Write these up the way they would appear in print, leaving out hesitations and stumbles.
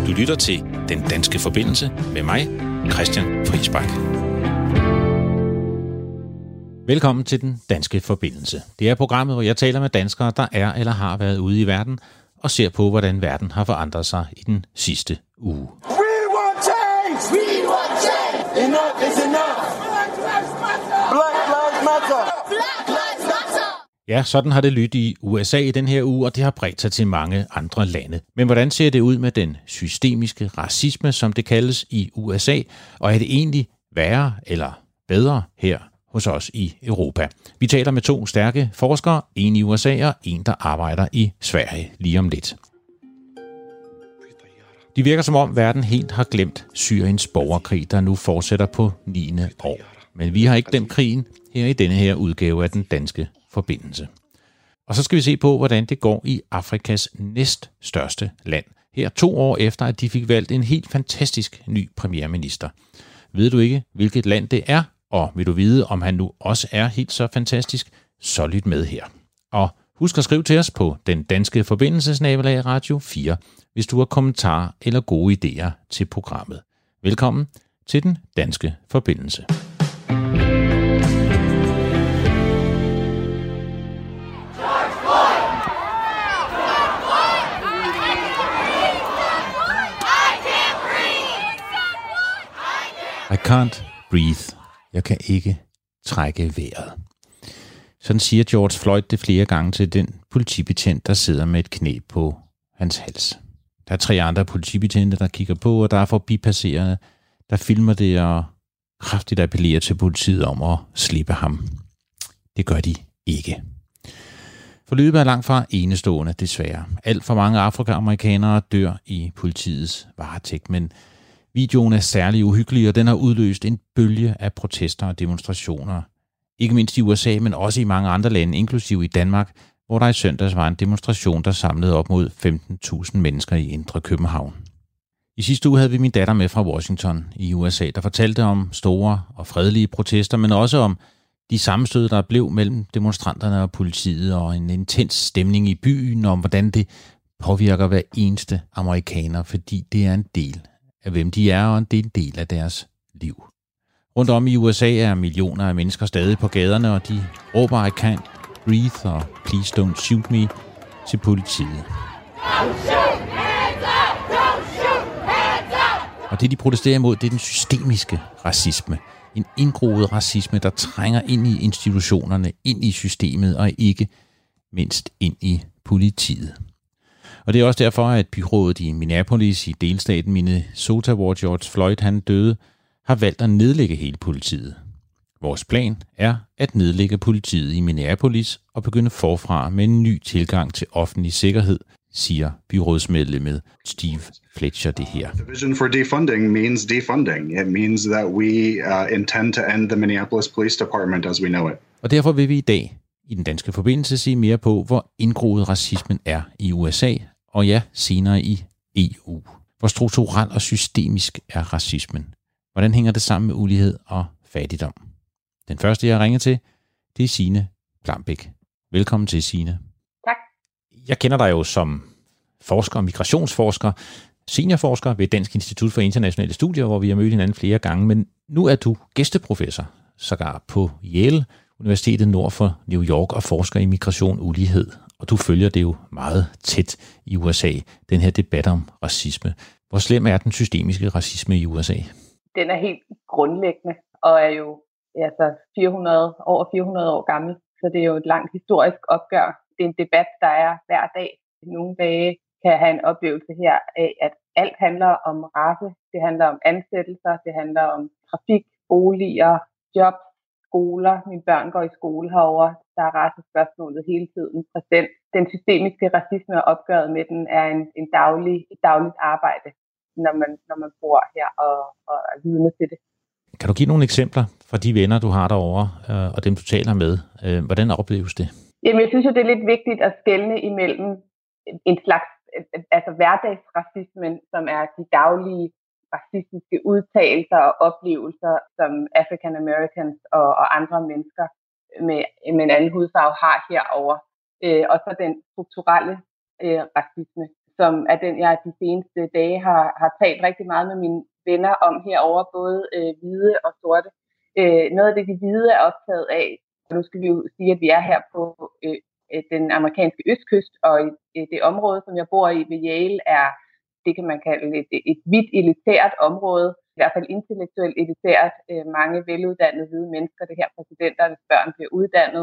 Du lytter til Den Danske Forbindelse med mig, Christian Friisbach. Velkommen til Den Danske Forbindelse. Det er programmet, hvor jeg taler med danskere, der er eller har været ude i verden, og ser på, hvordan verden har forandret sig i den sidste uge. We want change! We want change! Enough is enough! Black lives matter! Black lives matter! Black lives matter! Ja, sådan har det lyttet i USA i den her uge, og det har bredt sig til mange andre lande. Men hvordan ser det ud med den systemiske racisme, som det kaldes i USA? Og er det egentlig værre eller bedre her hos os i Europa? Vi taler med to stærke forskere, en i USA og en, der arbejder i Sverige lige om lidt. De virker som om verden helt har glemt Syriens borgerkrig, der nu fortsætter på 9. år. Men vi har ikke glemt krigen her i denne her udgave af Den Danske Forbindelse. Og så skal vi se på, hvordan det går i Afrikas næststørste land. Her 2 år efter, at de fik valgt en helt fantastisk ny premierminister. Ved du ikke, hvilket land det er? Og vil du vide, om han nu også er helt så fantastisk? Så lyt med her. Og husk at skrive til os på Den Danske Forbindelse Radio 4, hvis du har kommentarer eller gode idéer til programmet. Velkommen til Den Danske Forbindelse. I can't breathe. Jeg kan ikke trække vejret. Sådan siger George Floyd det flere gange til den politibetjent, der sidder med et knæ på hans hals. Der er 3 andre politibetjente, der kigger på, og der er forbipasserende, der filmer det og kraftigt appellerer til politiet om at slippe ham. Det gør de ikke. Forløbet er langt fra enestående, desværre. Alt for mange afroamerikanere dør i politiets varetægt, men videoen er særlig uhyggelig, og den har udløst en bølge af protester og demonstrationer. Ikke mindst i USA, men også i mange andre lande, inklusive i Danmark, hvor der i søndags var en demonstration, der samlede op mod 15.000 mennesker i indre København. I sidste uge havde vi min datter med fra Washington i USA, der fortalte om store og fredelige protester, men også om de sammenstød, der blev mellem demonstranterne og politiet, og en intens stemning i byen, om hvordan det påvirker hver eneste amerikaner, fordi det er en del af hvem de er, og det er en del af deres liv. Rundt om i USA er millioner af mennesker stadig på gaderne, og de råber I can't breathe og please don't shoot me til politiet. Og det de protesterer imod, det er den systemiske racisme. En indgroet racisme, der trænger ind i institutionerne, ind i systemet og ikke mindst ind i politiet. Og det er også derfor, at byrådet i Minneapolis i delstaten Minnesota, hvor George Floyd han døde, har valgt at nedlægge hele politiet. Vores plan er at nedlægge politiet i Minneapolis og begynde forfra med en ny tilgang til offentlig sikkerhed, siger byrådsmedlemmet Steve Fletcher det her. The vision for defunding means defunding. It means that we intend to end the Minneapolis Police Department as we know it. Og derfor vil vi i dag i Den Danske Forbindelse sige mere på, hvor indgroet racismen er i USA, og ja, senere i EU. Hvor strukturel og systemisk er racismen? Hvordan hænger det sammen med ulighed og fattigdom? Den første, jeg ringer til, det er Signe Plambæk. Velkommen til, Signe. Tak. Jeg kender dig jo som forsker, migrationsforsker, seniorforsker ved Dansk Institut for Internationale Studier, hvor vi har mødt hinanden flere gange, men nu er du gæsteprofessor, sågar på Yale Universitetet nord for New York, og forsker i migration og ulighed. Og du følger det jo meget tæt i USA, den her debat om racisme. Hvor slem er den systemiske racisme i USA? Den er helt grundlæggende, og er jo over 400 år gammel. Så det er jo et langt historisk opgør. Det er en debat, der er hver dag. Nogle dage kan jeg have en oplevelse her af, at alt handler om race. Det handler om ansættelser, det handler om trafik, boliger, job, skoler. Mine børn går i skole herovre. Der er racespørgsmålet hele tiden præsent. Den systemiske racisme og opgøret med den er et dagligt arbejde, når man bor her og er vidne til det. Kan du give nogle eksempler fra de venner, du har derovre, og dem, du taler med? Hvordan opleves det? Jamen, jeg synes jo, det er lidt vigtigt at skelne imellem en slags hverdagsracismen, som er de daglige racistiske udtalelser og oplevelser, som African Americans og andre mennesker med en anden hudfarve har herover, og så den strukturelle racisme, som er den, jeg de seneste dage har talt rigtig meget med mine venner om herovre, både hvide og sorte. Noget af det, de hvide er optaget af, og nu skal vi jo sige, at vi er her på den amerikanske østkyst, og i det område, som jeg bor i ved Yale, er, det kan man kalde et hvidt elitært område, i hvert fald intellektuelt elitært. Mange veluddannede hvide mennesker, det her præsidenternes børn bliver uddannet.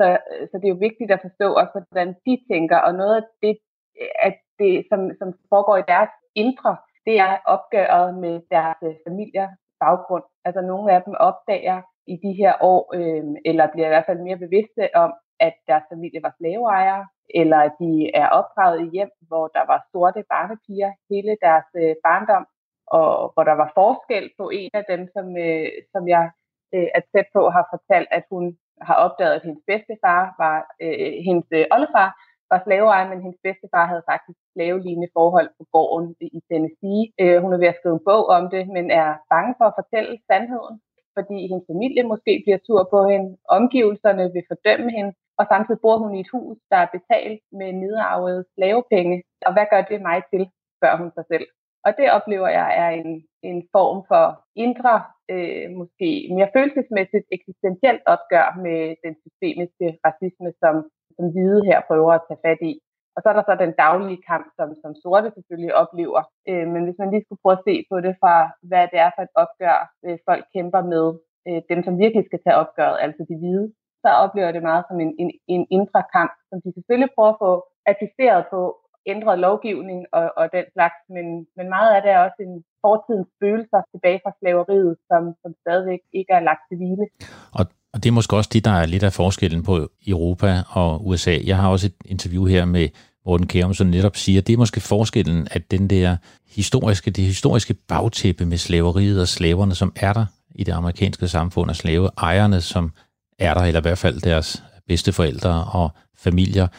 Så det er jo vigtigt at forstå også, hvordan de tænker, og noget af det, at det som foregår i deres indre, det er opgøret med deres familiers baggrund. Altså nogle af dem opdager i de her år, eller bliver i hvert fald mere bevidste om, at deres familie var slaveejere, eller at de er opdraget i hjem, hvor der var sorte barnepiger hele deres barndom, og hvor der var forskel på en af dem, som jeg er tæt på, har fortalt, at hun har opdaget, at hendes bedstefar var, hendes oldefar var slaveejer, men hendes bedstefar havde faktisk slavelignende forhold på gården i Tennessee. Hun er ved at skrive en bog om det, men er bange for at fortælle sandheden, fordi hendes familie måske bliver sur på hende, omgivelserne vil fordømme hende, og samtidig bor hun i et hus, der er betalt med nedarvede slavepenge. Og hvad gør det mig til, spørger hun sig selv. Og det oplever jeg er en form for indre, måske mere følelsesmæssigt eksistentielt opgør med den systemiske racisme, som hvide her prøver at tage fat i. Og så er der så den daglige kamp, som sorte selvfølgelig oplever. Men hvis man lige skulle prøve at se på det fra, hvad det er for et opgør, folk kæmper med, dem som virkelig skal tage opgøret, altså de hvide, så oplever det meget som en indre kamp, som de selvfølgelig prøver at få assisteret på, ændret lovgivning og den slags, men meget af det er også en fortidens følelser tilbage fra slaveriet, som stadigvæk ikke er lagt til hvile. Og det er måske også det, der er lidt af forskellen på Europa og USA. Jeg har også et interview her med Morten Kjærum, som netop siger, at det er måske forskellen, at det historiske bagtæppe med slaveriet og slaverne, som er der i det amerikanske samfund, og slaveejerne, som er der, eller i hvert fald deres bedsteforældre og familier,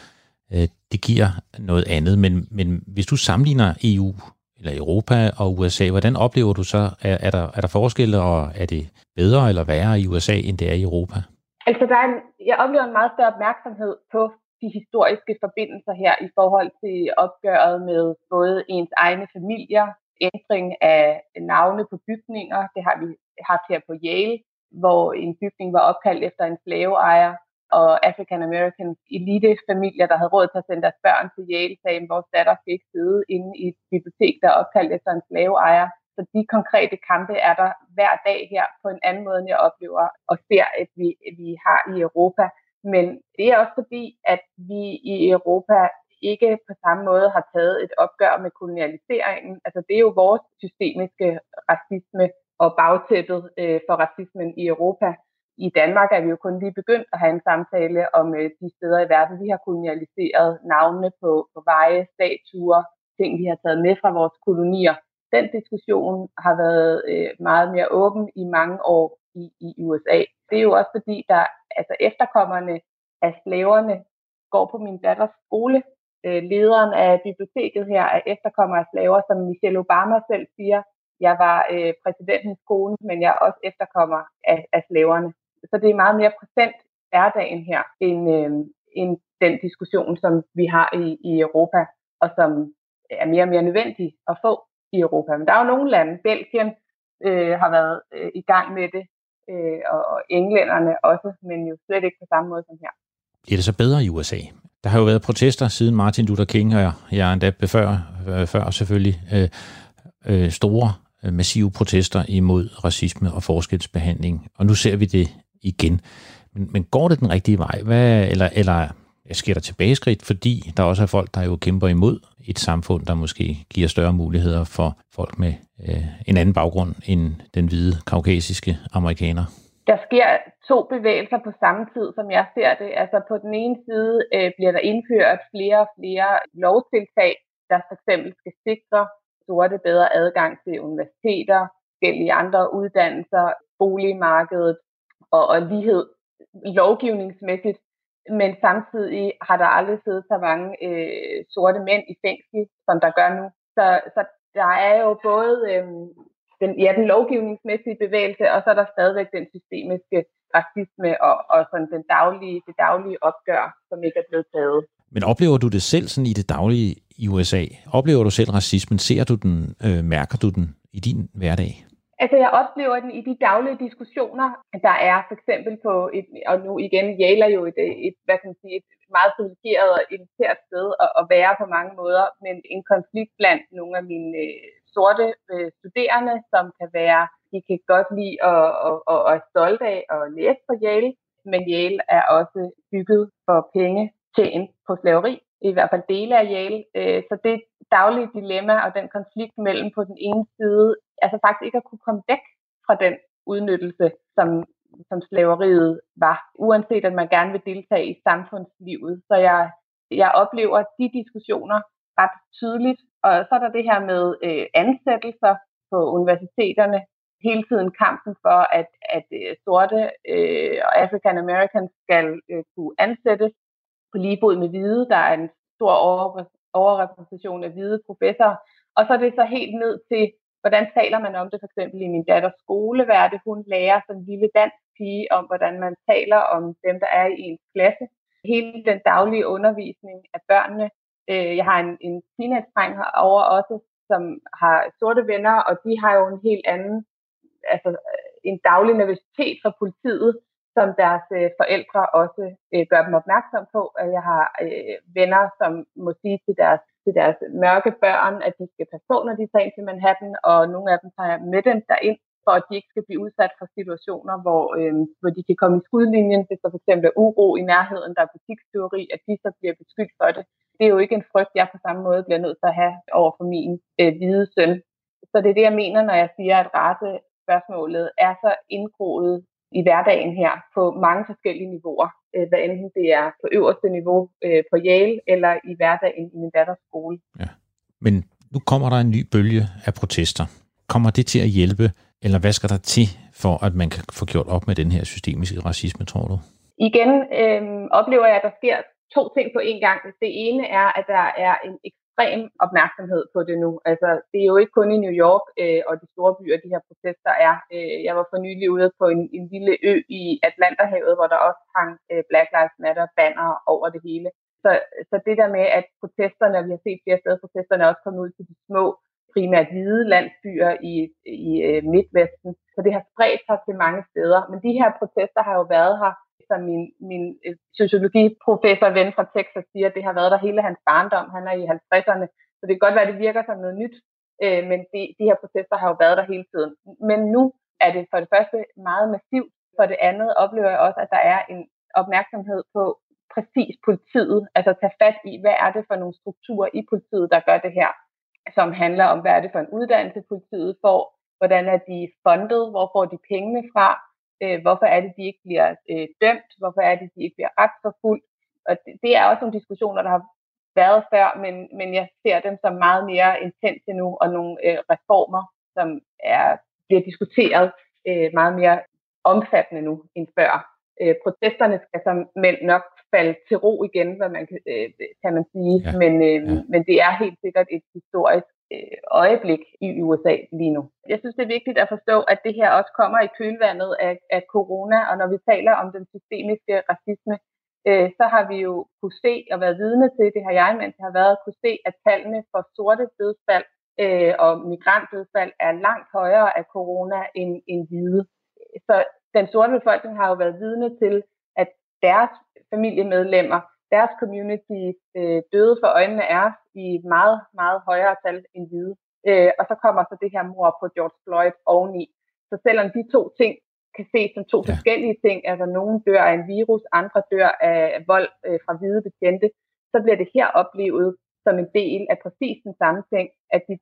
det giver noget andet. Men hvis du sammenligner EU eller Europa og USA, hvordan oplever du så, er der forskelle, og er det bedre eller værre i USA, end det er i Europa? Altså, jeg oplever en meget større opmærksomhed på de historiske forbindelser her i forhold til opgøret med både ens egne familier, ændring af navne på bygninger. Det har vi haft her på Yale, hvor en bygning var opkaldt efter en slaveejer, og African American elitefamilier, der havde råd til at sende deres børn til Yale, sagde, at vores datter skal ikke sidde inde i et bibliotek, der er opkaldt efter en slaveejer. Så de konkrete kampe er der hver dag her på en anden måde, end jeg oplever og ser, at vi har i Europa. Men det er også fordi, at vi i Europa ikke på samme måde har taget et opgør med kolonialiseringen. Altså det er jo vores systemiske racisme og bagtæppet for racismen i Europa. I Danmark er vi jo kun lige begyndt at have en samtale om de steder i verden, vi har kolonialiseret, navnene på veje, statuer, ting vi har taget med fra vores kolonier. Den diskussion har været meget mere åben i mange år i USA. Det er jo også fordi, efterkommerne af slaverne går på min datters skole. Lederen af biblioteket her er efterkommer af slaver, som Michelle Obama selv siger. Jeg var præsidentens kone, men jeg er også efterkommer af slaverne. Så det er meget mere præsent hverdagen her, end den diskussion, som vi har i Europa, og som er mere og mere nødvendig at få i Europa. Men der er jo nogle lande, Belgien har været i gang med det, og englænderne også, men jo slet ikke på samme måde som her. Bliver det så bedre i USA? Der har jo været protester siden Martin Luther King, og jeg er endda før selvfølgelig store, massive protester imod racisme og forskelsbehandling. Og nu ser vi det igen. Men går det den rigtige vej? Eller sker der tilbageskridt, fordi der også er folk, der jo kæmper imod et samfund, der måske giver større muligheder for folk med en anden baggrund end den hvide, kaukasiske amerikaner? Der sker to bevægelser på samme tid, som jeg ser det. Altså på den ene side bliver der indført flere og flere lovtiltag, der for eksempel skal sikre sorte bedre adgang til universiteter, forskellige andre uddannelser, boligmarkedet og lighed lovgivningsmæssigt. Men samtidig har der aldrig siddet så mange sorte mænd i fængsel, som der gør nu. Så der er jo både den lovgivningsmæssige bevægelse, og så er der stadigvæk den systemiske racisme og sådan det daglige opgør, som ikke er blevet taget. Men oplever du det selv sådan i det daglige i USA. Oplever du selv racismen? Ser du den? Mærker du den i din hverdag? Altså, jeg oplever den i de daglige diskussioner, der er for eksempel på og nu igen, Yale er jo et hvad kan man sige, et meget privilegeret og elitært sted at være på mange måder, men en konflikt blandt nogle af mine sorte studerende, som kan være, de kan godt lide og er stolte af at læse på Yale, men Yale er også bygget for penge tjent på slaveri, i hvert fald dele af Yale. Så det daglige dilemma og den konflikt mellem på den ene side, altså faktisk ikke at kunne komme væk fra den udnyttelse, som slaveriet var, uanset at man gerne vil deltage i samfundslivet. Så jeg oplever de diskussioner ret tydeligt. Og så er der det her med ansættelser på universiteterne. Hele tiden kampen for, at sorte og African Americans skal kunne ansættes på lige fod med hvide. Der er en stor overrepræsentation af hvide professorer. Og så er det så helt ned til, hvordan taler man om det, for eksempel i min datters skole, hvad er det, hun lærer som lille dansk pige om, hvordan man taler om dem, der er i ens klasse. Hele den daglige undervisning af børnene. Jeg har en teenage-dreng herovre også, som har sorte venner, og de har jo en helt anden, altså en daglig nervøsitet for politiet, som deres forældre også gør dem opmærksom på. Jeg har venner, som må sige til deres mørke børn, at de skal passe på, når de tager ind til Manhattan, og nogle af dem tager med dem derind, for at de ikke skal blive udsat for situationer, hvor de kan komme i skudlinjen, hvis der for eksempel er uro i nærheden, der er butikstyveri, at de så bliver beskyldt for det. Det er jo ikke en frygt, jeg på samme måde bliver nødt til at have over for min hvide søn. Så det er det, jeg mener, når jeg siger, at racespørgsmålet er så indgroet i hverdagen her på mange forskellige niveauer. Hvad enten det er på øverste niveau på Yale, eller i hverdagen i min datters skole. Ja. Men nu kommer der en ny bølge af protester. Kommer det til at hjælpe, eller hvad skal der til, for at man kan få gjort op med den her systemiske racisme, tror du? Igen oplever jeg, at der sker 2 ting på én gang. Det ene er, at der er en ekstrem opmærksomhed på det nu. Altså, det er jo ikke kun i New York og de store byer, de her protester er. Jeg var for nylig ude på en lille ø i Atlanterhavet, hvor der også hang Black Lives Matter banner over det hele. Så det der med, at protesterne, vi har set flere steder, protesterne er også kommet ud til de små, primært hvide landsbyer i Midtvesten. Så det har spredt sig til mange steder. Men de her protester har jo været her, som min sociologiprofessor ven fra Texas siger, det har været der hele hans barndom. Han er i 50'erne, så det kan godt være, at det virker som noget nyt. Men de her protester har jo været der hele tiden. Men nu er det for det første meget massivt. For det andet oplever jeg også, at der er en opmærksomhed på præcis politiet. Altså tage fat i, hvad er det for nogle strukturer i politiet, der gør det her. Som handler om, hvad er det for en uddannelse politiet får. Hvordan er de fundet? Hvor får de pengene fra? Hvorfor er det, de ikke bliver dømt? Hvorfor er det, de ikke bliver retsforfulgt? Og det er også nogle diskussioner, der har været før, men jeg ser dem som meget mere intense nu, og nogle reformer, som bliver diskuteret meget mere omfattende nu end før. Protesterne skal som nok falde til ro igen, hvad man kan man sige, ja. Men det er helt sikkert et historisk øjeblik i USA lige nu. Jeg synes, det er vigtigt at forstå, at det her også kommer i kølvandet af corona, og når vi taler om den systemiske racisme, så har vi jo kunne se og været vidne til, det har jeg, mens jeg har været, kunne se, at tallene for sorte dødsfald og migrantdødsfald er langt højere af corona end hvide. Så den sorte befolkning har jo været vidne til, at deres familiemedlemmer, deres community døde for øjnene af os i meget, meget højere tal end hvide. Og så kommer så det her mord på George Floyd oveni. Så selvom de 2 ting kan ses som 2 forskellige ting, altså nogen dør af en virus, andre dør af vold fra hvide betjente, så bliver det her oplevet som en del af præcis den samme ting, at de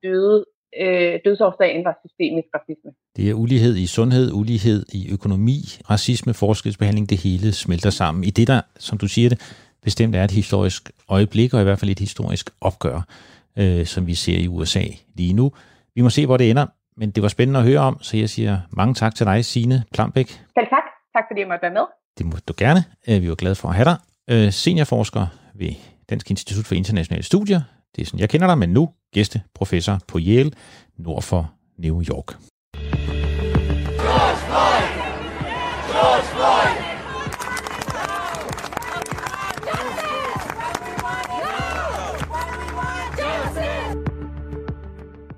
dødsårsagen var systemisk racisme. Det er ulighed i sundhed, ulighed i økonomi, racisme, forskelsbehandling, det hele smelter sammen. I det der, som du siger det, bestemt er et historisk øjeblik, og i hvert fald et historisk opgør, som vi ser i USA lige nu. Vi må se, hvor det ender, men det var spændende at høre om, så jeg siger mange tak til dig, Signe Plambæk. Selv tak. Tak fordi jeg måtte være med. Det må du gerne. Vi var glade for at have dig. Seniorforsker ved Dansk Institut for Internationale Studier. Det er sådan, jeg kender dig, men nu gæsteprofessor på Yale, nord for New York. George Floyd! George Floyd!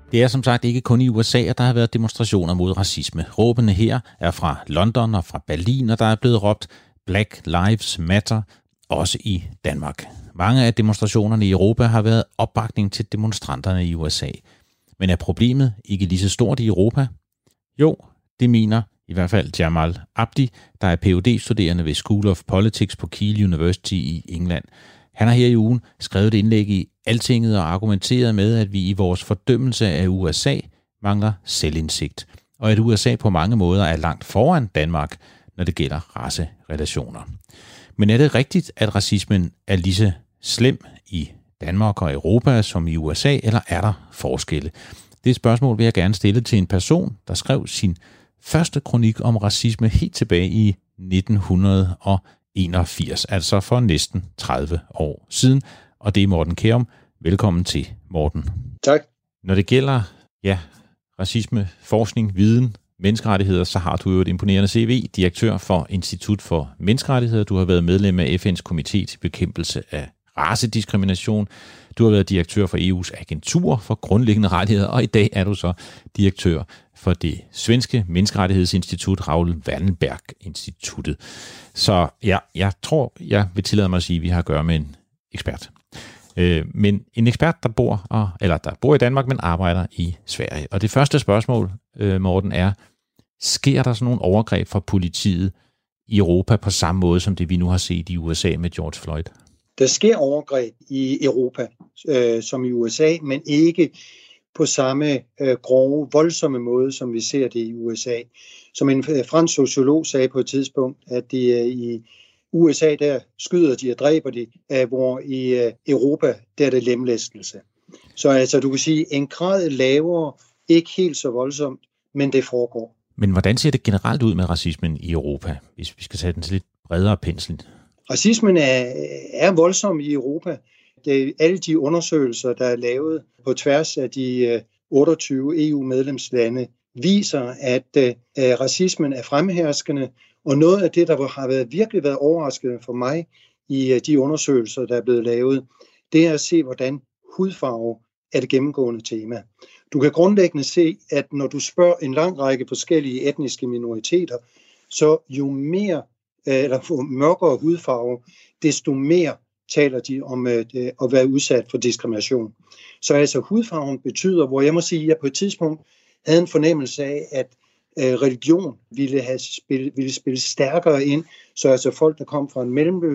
Det er som sagt ikke kun i USA, at der har været demonstrationer mod racisme. Råbene her er fra London og fra Berlin, og der er blevet råbt Black Lives Matter, også i Danmark. Mange af demonstrationerne i Europa har været opbakning til demonstranterne i USA. Men er problemet ikke lige så stort i Europa? Jo, det mener i hvert fald Jamal Abdi, der er Ph.D.-studerende ved School of Politics på Keele University i England. Han har her i ugen skrevet et indlæg i Altinget og argumenteret med, at vi i vores fordømmelse af USA mangler selvindsigt, og at USA på mange måder er langt foran Danmark, når det gælder racerelationer. Men er det rigtigt, at racismen er lige så slem i Danmark og Europa som i USA, eller er der forskelle? Det spørgsmål vil jeg gerne stille til en person, der skrev sin første kronik om racisme helt tilbage i 1981, altså for næsten 30 år siden. Og det er Morten Kjærum. Velkommen til, Morten. Tak. Når det gælder racisme, forskning, viden, menneskerettigheder, så har du jo et imponerende CV, direktør for Institut for Menneskerettigheder. Du har været medlem af FN's komité til bekæmpelse af racediskrimination. Du har været direktør for EU's agentur for grundlæggende rettigheder, og i dag er du så direktør for det svenske menneskerettighedsinstitut, Raoul Wallenberg-instituttet. Så jeg tror, jeg vil tillade mig at sige, at vi har at gøre med en ekspert. Men en ekspert, der bor i Danmark, men arbejder i Sverige. Og det første spørgsmål, Morten, er, sker der sådan nogle overgreb fra politiet i Europa på samme måde, som det vi nu har set i USA med George Floyd? Der sker overgreb i Europa, som i USA, men ikke på samme grove, voldsomme måde, som vi ser det i USA. Som en fransk sociolog sagde på et tidspunkt, at i USA, der skyder de og dræber de, hvor i Europa, der er det lemlæstelse. Så altså, du kan sige, en grad lavere, ikke helt så voldsomt, men det foregår. Men hvordan ser det generelt ud med racismen i Europa, hvis vi skal tage den til lidt bredere pensel? Racismen er voldsom i Europa. Alle de undersøgelser, der er lavet på tværs af de 28 EU-medlemslande, viser, at racismen er fremherskende. Og noget af det, der har virkelig været overraskende for mig i de undersøgelser, der er blevet lavet, det er at se, hvordan hudfarve er det gennemgående tema. Du kan grundlæggende se, at når du spørger en lang række forskellige etniske minoriteter, så jo mere eller mørkere hudfarve, desto mere taler de om at være udsat for diskrimination. Så altså hudfarven betyder, hvor jeg må sige, at jeg på et tidspunkt havde en fornemmelse af, at religion ville spille stærkere ind, så altså folk, der kom fra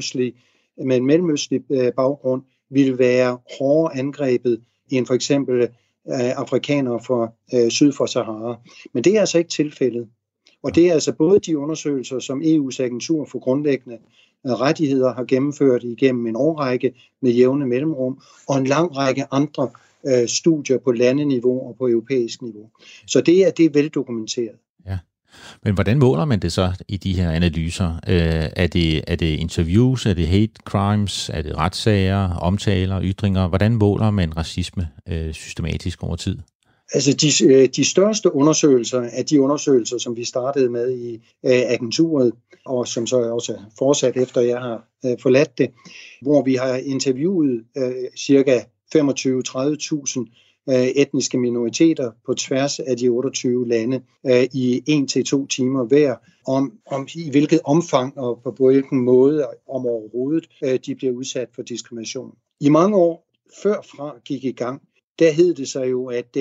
med en mellemøstlig baggrund, ville være hårdere angrebet end for eksempel afrikanere fra syd for Sahara. Men det er altså ikke tilfældet. Og det er altså både de undersøgelser, som EU's agentur for grundlæggende rettigheder har gennemført igennem en årrække med jævne mellemrum, og en lang række andre studier på landeniveau og på europæisk niveau. Så det er veldokumenteret. Ja. Men hvordan måler man det så i de her analyser? Er det interviews, er det hate crimes, er det retssager, omtaler, ytringer? Hvordan måler man racisme systematisk over tid? Altså de største undersøgelser er de undersøgelser, som vi startede med i agenturet, og som så også er fortsat efter jeg har forladt det, hvor vi har interviewet cirka 25-30.000 etniske minoriteter på tværs af de 28 lande i 1-2 timer hver, om i hvilket omfang og på hvilken måde om overhovedet de bliver udsat for diskrimination. I mange år før fra gik i gang, der hed det sig jo, at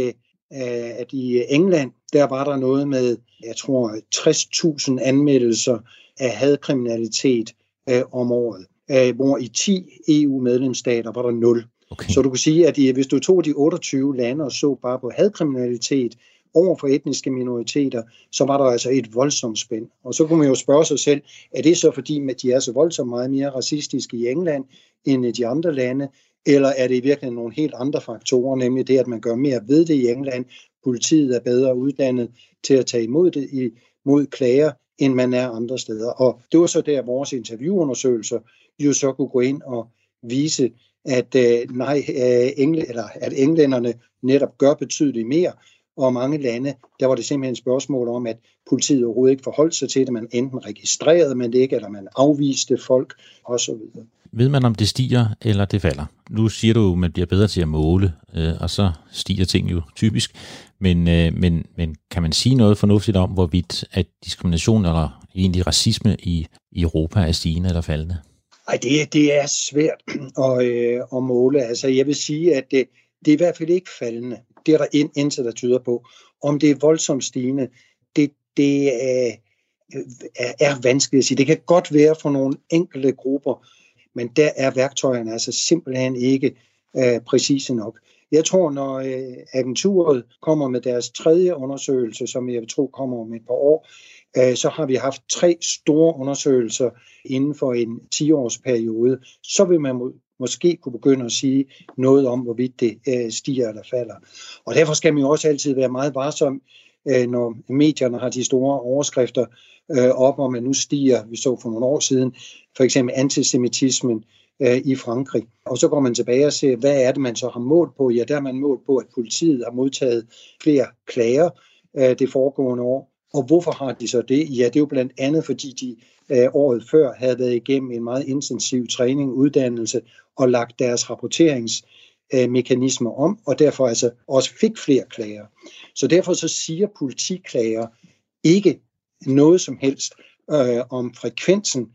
i England, der var der noget med, jeg tror, 60.000 anmeldelser af hadkriminalitet om året, hvor i 10 EU-medlemsstater var der 0. Okay. Så du kan sige, at hvis du tog de 28 lande og så bare på hadkriminalitet over for etniske minoriteter, så var der altså et voldsomt spænd. Og så kunne man jo spørge sig selv, er det så fordi, at de er så voldsomt meget mere racistiske i England end i de andre lande, eller er det i virkeligheden nogle helt andre faktorer, nemlig det, at man gør mere ved det i England, politiet er bedre uddannet til at tage imod klager, end man er andre steder. Og det var så der, vores interviewundersøgelser jo så kunne gå ind og vise, at at englænderne netop gør betydeligt mere, og mange lande, der var det simpelthen et spørgsmål om, at politiet overhovedet ikke forholdt sig til det. Man enten registrerede man det ikke, eller man afviste folk, osv. Ved man, om det stiger eller det falder? Nu siger du, at man bliver bedre til at måle, og så stiger ting jo typisk. Men kan man sige noget fornuftigt om, hvorvidt at diskrimination eller egentlig racisme i Europa er stigende eller faldende? Nej, det er svært at måle. Altså, jeg vil sige, at det er i hvert fald ikke faldende. Det er der intet, der tyder på. Om det er voldsomt stigende, det er vanskeligt at sige. Det kan godt være for nogle enkelte grupper, men der er værktøjerne altså simpelthen ikke præcise nok. Jeg tror, når agenturet kommer med deres 3. undersøgelse, som jeg tror kommer om et par år, så har vi haft 3 store undersøgelser inden for en 10-års periode. Så vil man måske kunne begynde at sige noget om, hvorvidt det stiger eller falder. Og derfor skal man jo også altid være meget varsom, når medierne har de store overskrifter op, om man nu stiger, vi så for nogle år siden, for eksempel antisemitismen i Frankrig. Og så går man tilbage og ser, hvad er det, man så har målt på? Ja, der har man målt på, at politiet har modtaget flere klager det foregående år. Og hvorfor har de så det? Ja, det er jo blandt andet, fordi de året før havde været igennem en meget intensiv træning, uddannelse og lagt deres rapporteringsmekanismer om, og derfor altså også fik flere klager. Så derfor så siger politiklager ikke noget som helst om frekvensen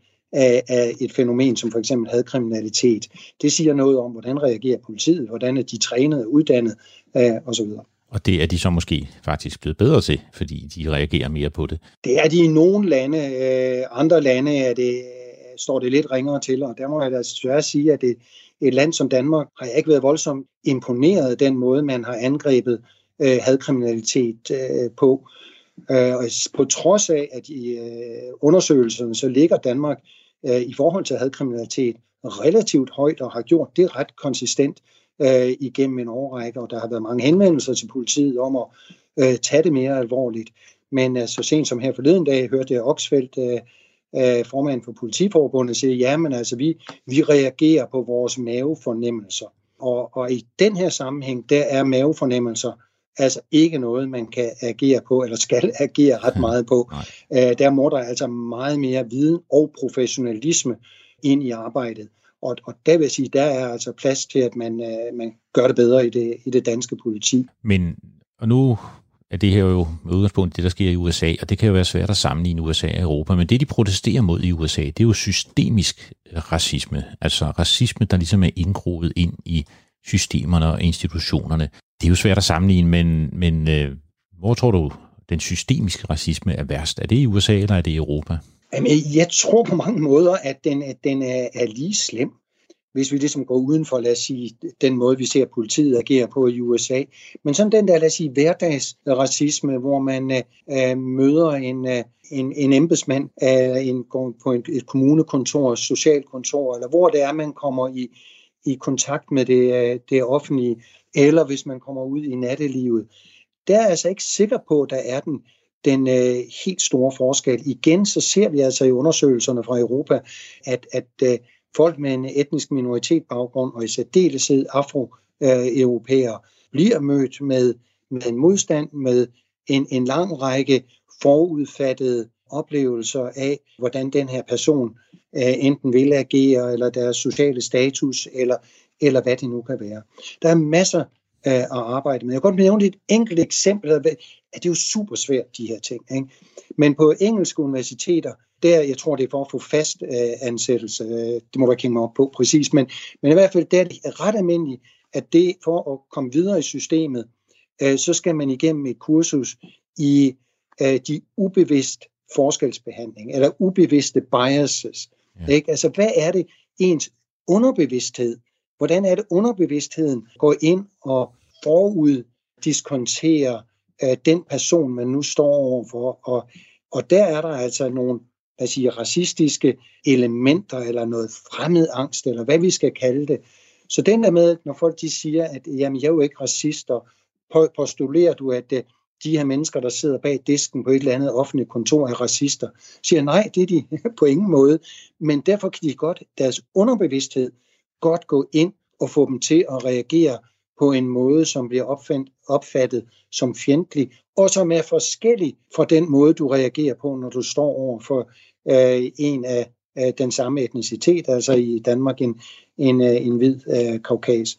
af et fænomen, som for eksempel hadkriminalitet. Det siger noget om, hvordan reagerer politiet, hvordan er de trænet og uddannet osv. Og det er de så måske faktisk blevet bedre til, fordi de reagerer mere på det? Det er de i nogle lande. Andre lande står det lidt ringere til, og der må jeg da desværre sige, at et land som Danmark har ikke været voldsomt imponeret af den måde, man har angrebet hadkriminalitet på. Og på trods af, at i undersøgelserne så ligger Danmark i forhold til hadkriminalitet relativt højt og har gjort det ret konsistent igennem en årrække, og der har været mange henvendelser til politiet om at tage det mere alvorligt. Men så sent som her forleden dag hørte jeg Oxfeldt, formand for Politiforbundet, sige, ja, men altså vi reagerer på vores mavefornemmelser. Og i den her sammenhæng, der er mavefornemmelser altså ikke noget, man kan agere på, eller skal agere ret meget på. Der må der altså meget mere viden og professionalisme ind i arbejdet. Og der vil jeg sige, der er altså plads til, at man gør det bedre i det danske politi. Men, og nu er det her jo med udgangspunkt det, der sker i USA, og det kan jo være svært at sammenligne USA og Europa, men det, de protesterer mod i USA, det er jo systemisk racisme. Altså racisme, der ligesom er indgroet ind i systemerne og institutionerne. Det er jo svært at sammenligne, men hvor tror du, den systemiske racisme er værst? Er det i USA, eller er det i Europa? Jamen, jeg tror på mange måder, at den er lige slem, hvis vi ligesom går uden for, lad os sige, den måde, vi ser politiet agere på i USA. Men sådan den der, lad os sige, hverdagsracisme, hvor man møder en embedsmand på et kommunekontor, socialkontor, eller hvor det er, man kommer i kontakt med det offentlige, eller hvis man kommer ud i nattelivet. Der er jeg altså ikke sikker på, at der er den helt store forskel. Igen så ser vi altså i undersøgelserne fra Europa, at folk med en etnisk minoritetsbaggrund, og i særdeleshed afroeuropæere, bliver mødt med en modstand, med en lang række forudfattede oplevelser af, hvordan den her person enten vil agere, eller deres sociale status, eller hvad det nu kan være. Der er masser at arbejde med. Jeg kan godt nævne et enkelt eksempel, at det er jo super svært, de her ting. Ikke? Men på engelske universiteter, der, jeg tror, det er for at få fast ansættelse, det må du ikke hænge mig op på præcis, men i hvert fald, der er det ret almindeligt, at det for at komme videre i systemet, så skal man igennem et kursus i de ubevidst forskelsbehandling, eller ubevidste biases. Ja. Ikke? Altså, hvad er det ens underbevidsthed? Hvordan er det underbevidstheden går ind og foruddiskonterer den person, man nu står overfor? Og der er der altså nogle, lad os sige, racistiske elementer, eller noget fremmed angst, eller hvad vi skal kalde det. Så den der med, når folk de siger, at jamen, jeg er jo ikke racist, og postulerer du, at de her mennesker, der sidder bag disken på et eller andet offentligt kontor, er racister, siger nej, det er de på ingen måde. Men derfor kan de godt, deres underbevidsthed, godt gå ind og få dem til at reagere på en måde, som bliver opfattet som fjendtlig, og som er forskellig fra den måde, du reagerer på, når du står over for en af den samme etnicitet, altså i Danmark en hvid kaukas.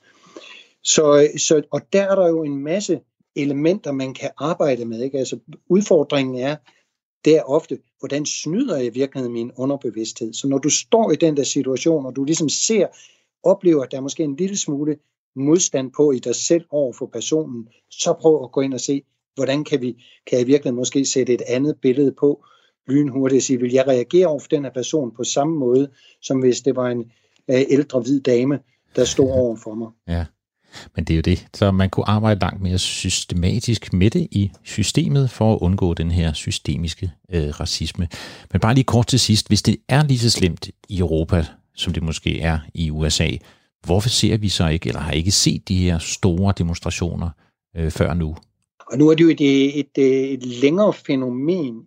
Og der er der jo en masse elementer, man kan arbejde med. Ikke? Altså, udfordringen er der ofte, hvordan snyder jeg i virkeligheden min underbevidsthed? Så når du står i den der situation, og du ligesom oplever, at der er måske en lille smule modstand på i dig selv over for personen, så prøv at gå ind og se, hvordan kan jeg virkelig måske sætte et andet billede på lynhurtigt og sige, vil jeg reagere over for den her person på samme måde, som hvis det var en ældre hvid dame, der stod over for mig. Ja, men det er jo det. Så man kunne arbejde langt mere systematisk med det i systemet for at undgå den her systemiske racisme. Men bare lige kort til sidst, hvis det er lige så slemt i Europa, som det måske er i USA, hvorfor ser vi så ikke, eller har ikke set de her store demonstrationer før nu? Og nu er det jo et længere fænomen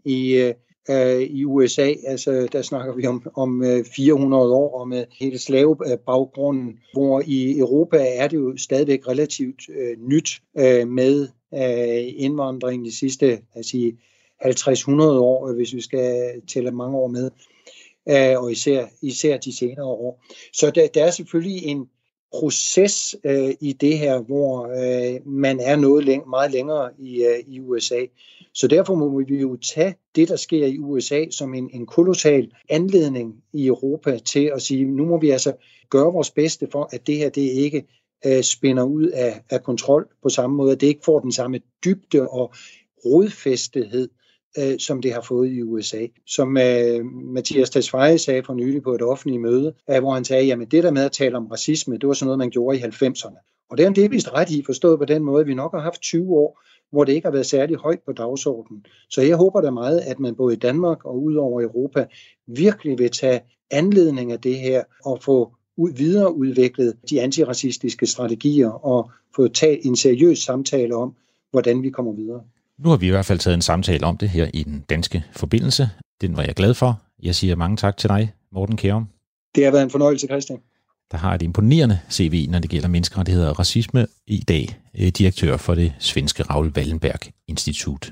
i USA, altså der snakker vi om 400 år, og med hele slavebaggrunden, hvor i Europa er det jo stadigvæk relativt nyt med indvandring de sidste 50-100 år, hvis vi skal tælle mange år med, og især de senere år. Så der er selvfølgelig en proces i det her, hvor man er meget længere i USA. Så derfor må vi jo tage det, der sker i USA, som en kolossal anledning i Europa til at sige, nu må vi altså gøre vores bedste for, at det her det ikke spænder ud af kontrol på samme måde, at det ikke får den samme dybde og rodfæstethed, som det har fået i USA. Som Mattias Tesfaye sagde for nylig på et offentligt møde, hvor han sagde, jamen det der med at tale om racisme, det var sådan noget, man gjorde i 90'erne. Og det er en delvist ret i, forstået på den måde, at vi nok har haft 20 år, hvor det ikke har været særlig højt på dagsordenen. Så jeg håber da meget, at man både i Danmark og ud over Europa virkelig vil tage anledning af det her og få videreudviklet de antiracistiske strategier og få taget en seriøs samtale om, hvordan vi kommer videre. Nu har vi i hvert fald taget en samtale om det her i den danske forbindelse. Den var jeg glad for. Jeg siger mange tak til dig, Morten Kjærum. Det har været en fornøjelse, Christian. Der har et imponerende CV, når det gælder menneskerettigheder og racisme. I dag direktør for det svenske Raoul Wallenberg Institut.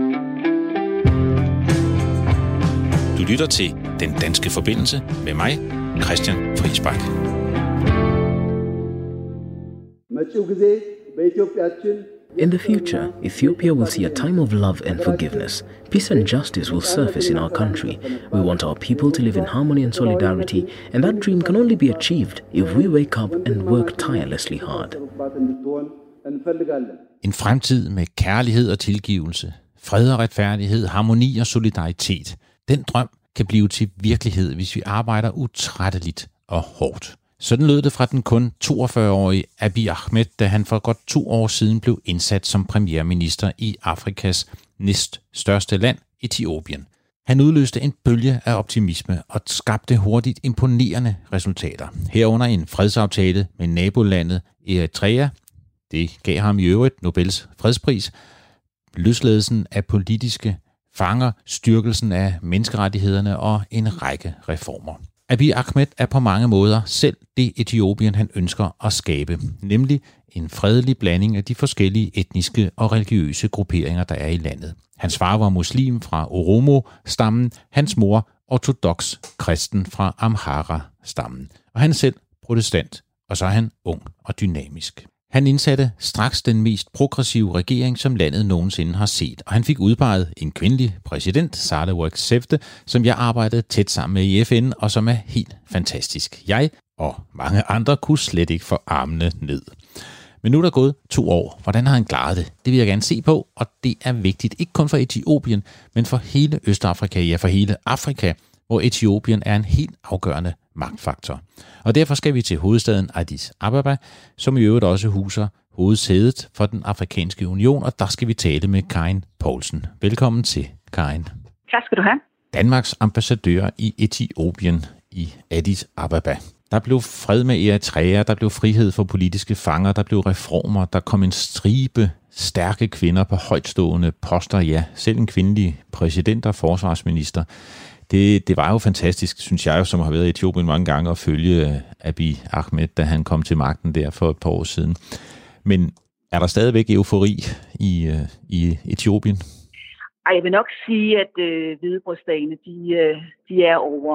Du lytter til Den Danske Forbindelse med mig, Christian Friisbach. In the future, Ethiopia will see a time of love and forgiveness. Peace and justice will surface in our country. We want our people to live in harmony and solidarity, and that dream can only be achieved if we wake up and work tirelessly hard. En fremtid med kærlighed og tilgivelse, fred og retfærdighed, harmoni og solidaritet. Den drøm kan blive til virkelighed, hvis vi arbejder utrætteligt og hårdt. Sådan lød det fra den kun 42-årige Abiy Ahmed, da han for godt 2 år siden blev indsat som premierminister i Afrikas næststørste land, Etiopien. Han udløste en bølge af optimisme og skabte hurtigt imponerende resultater. Herunder en fredsaftale med nabolandet Eritrea. Det gav ham i øvrigt Nobels fredspris. Løsladelsen af politiske fanger, styrkelsen af menneskerettighederne og en række reformer. Abiy Ahmed er på mange måder selv det Etiopien, han ønsker at skabe, nemlig en fredelig blanding af de forskellige etniske og religiøse grupperinger, der er i landet. Hans far var muslim fra Oromo-stammen, hans mor ortodoks kristen fra Amhara-stammen, og han selv protestant, og så er han ung og dynamisk. Han indsatte straks den mest progressive regering, som landet nogensinde har set, og han fik udpeget en kvindelig præsident, Sahle-Work Zewde, som jeg arbejdede tæt sammen med i FN, og som er helt fantastisk. Jeg og mange andre kunne slet ikke få armene ned. Men nu er der gået 2 år. Hvordan har han klaret det? Det vil jeg gerne se på, og det er vigtigt, ikke kun for Etiopien, men for hele Østafrika, ja for hele Afrika, hvor Etiopien er en helt afgørende magtfaktor. Og derfor skal vi til hovedstaden Addis Ababa, som i øvrigt også huser hovedsædet for den Afrikanske Union, og der skal vi tale med Karin Poulsen. Velkommen til, Karin. Tak skal du have. Danmarks ambassadør i Etiopien i Addis Ababa. Der blev fred med Eritrea, der blev frihed for politiske fanger, der blev reformer, der kom en stribe stærke kvinder på højtstående poster, ja, selv en kvindelig præsident og forsvarsminister. Det var jo fantastisk, synes jeg, som har været i Etiopien mange gange, at følge Abiy Ahmed, da han kom til magten der for et par år siden. Men Er der stadigvæk eufori i Etiopien? Ej, jeg vil nok sige, at hvedebrødsdagene, de er over.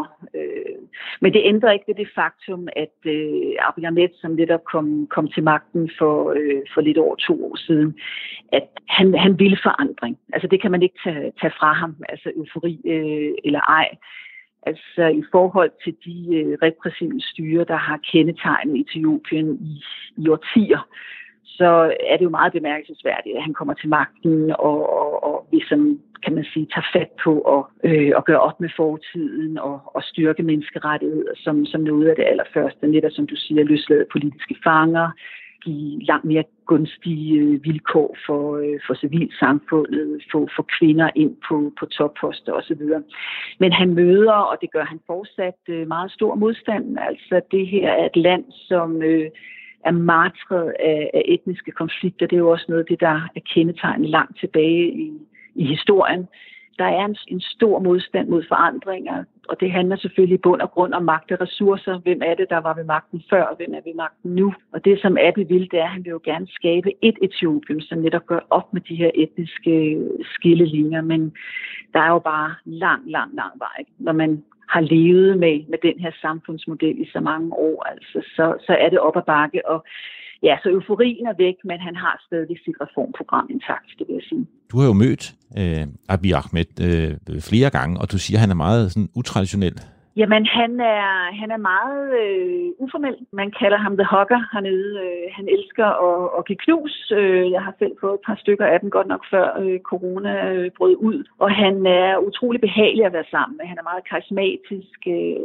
Men det ændrer ikke ved det faktum, at Abiy Ahmed, som netop kom til magten for lidt over 2 år siden, at han ville forandring. Altså det kan man ikke tage fra ham, altså eufori eller ej. Altså i forhold til de repressive styre, der har kendetegnet Etiopien i årtier, så er det jo meget bemærkelsesværdigt, at han kommer til magten og ligesom, kan man sige, tager fat på at gøre op med fortiden og styrke menneskerettigheder som noget af det allerførste. Netop som du siger, løslade politiske fanger, give langt mere gunstige vilkår for civilsamfundet, få kvinder ind på topposter osv. Men han møder, og det gør han fortsat, meget stor modstand. Altså det her er et land, som er martret af etniske konflikter. Det er jo også noget af det, der er kendetegnet langt tilbage i historien. Der er en stor modstand mod forandringer, og det handler selvfølgelig i bund og grund om magt og ressourcer. Hvem er det, der var ved magten før, og hvem er ved magten nu? Og det, som Abiy vil, det er, at han vil jo gerne skabe et Etiopien, som netop gør op med de her etniske skillelinjer. Men der er jo bare lang vej, når man har levet med den her samfundsmodel i så mange år, altså, så er det op ad bakke. Og ja, så euforien er væk, men han har stadig sit reformprogram intakt, det vil jeg sige. Du har jo mødt Abiy Ahmed flere gange, og du siger, at han er meget sådan utraditionel. Jamen, han er meget uformel. Man kalder ham The Hugger hernede. Han elsker at give knus. Jeg har selv fået et par stykker af dem, godt nok før corona brød ud. Og han er utrolig behagelig at være sammen med. Han er meget karismatisk.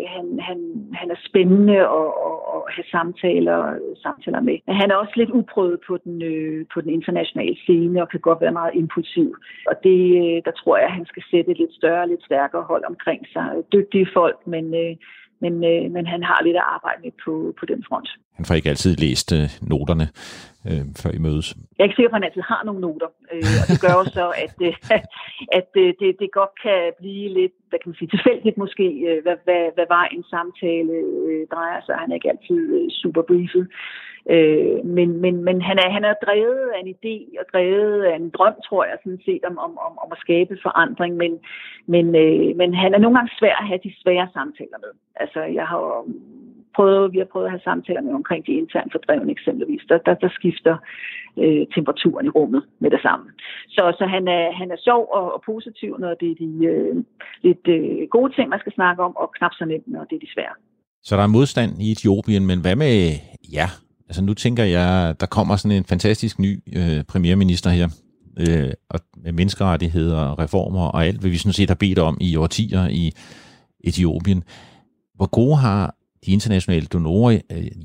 Han er spændende at have samtaler med. Men han er også lidt uprøvet på den internationale scene og kan godt være meget impulsiv. Og der tror jeg, at han skal sætte et lidt større, lidt stærkere hold omkring sig. Dygtige folk, men han har lidt at arbejde med på den front. Han får ikke altid læst noterne, før I mødes. Jeg er ikke sikker på, at han altid har nogle noter. Og det gør jo så, at det godt kan blive lidt, hvad kan man sige, tilfældigt måske, hvad var en samtale drejer sig. Han er ikke altid super briefet. Men han er drevet af en idé og drevet af en drøm, tror jeg, sådan set, om at skabe forandring. Men han er nogle gange svær at have de svære samtaler med. Altså, vi har prøvet at have samtaler med omkring de internt fordrevne eksempelvis. Der skifter temperaturen i rummet med det samme. Så han er sjov og positiv, når det er de lidt gode ting, man skal snakke om, og knap så nemt, når det er de svære. Så der er modstand i Etiopien, men hvad med jer? Altså nu tænker jeg, der kommer sådan en fantastisk ny premierminister her, og med menneskerettigheder og reformer og alt, hvad vi sådan set har bedt om i årtier i Etiopien. Hvor gode har de internationale donorer,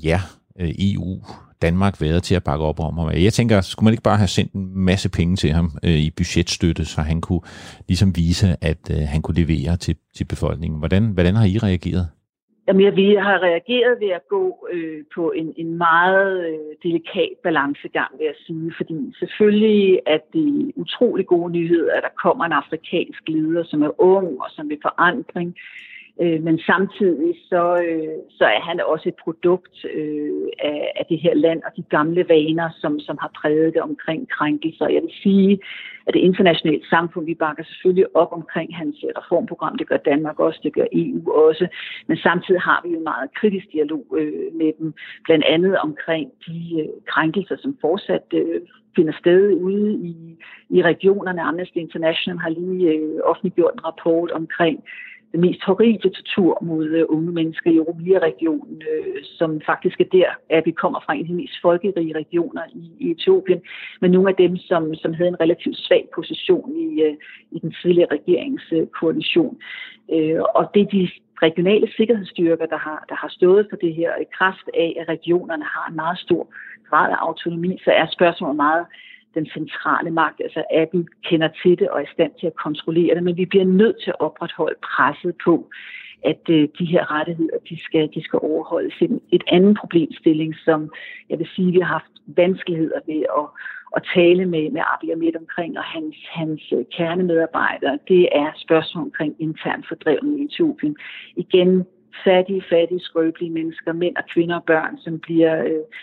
EU, Danmark været til at bakke op om ham? Jeg tænker, skulle man ikke bare have sendt en masse penge til ham i budgetstøtte, så han kunne ligesom vise, at han kunne levere til befolkningen? Hvordan har I reageret? Jamen, vi har reageret ved at gå på en meget delikat balancegang, vil jeg sige. Fordi selvfølgelig er det utrolig gode nyheder, at der kommer en afrikansk leder, som er ung og som vil forandring. Men samtidig så er han også et produkt af det her land og de gamle vaner, som har præget det omkring krænkelser. Jeg vil sige, at det internationale samfund, vi bakker selvfølgelig op omkring hans reformprogram. Det gør Danmark også, det gør EU også. Men samtidig har vi jo en meget kritisk dialog med dem, blandt andet omkring de krænkelser, som fortsat finder sted ude i regionerne. Amnesty International har lige offentliggjort en rapport omkring den mest horrible tortur mod unge mennesker i Oromia-regionen, som faktisk er der, at vi kommer fra en af de mest folkerige regioner i Etiopien, men nogle af dem, som havde en relativt svag position i den tidligere regeringskoalition. Og det er de regionale sikkerhedsstyrker, der har stået for det her, i kraft af, at regionerne har en meget stor grad af autonomi, så er spørgsmålet meget den centrale magt, altså Abiy kender til det og er i stand til at kontrollere det, men vi bliver nødt til at opretholde presset på, at de her rettigheder, de skal overholdes. Et andet problemstilling, som jeg vil sige, vi har haft vanskeligheder ved at tale med Abiy Ahmed omkring, og hans kernemedarbejdere, det er spørgsmål omkring internt fordrevne i Etiopien. Igen, fattige, skrøbelige mennesker, mænd og kvinder og børn, som bliver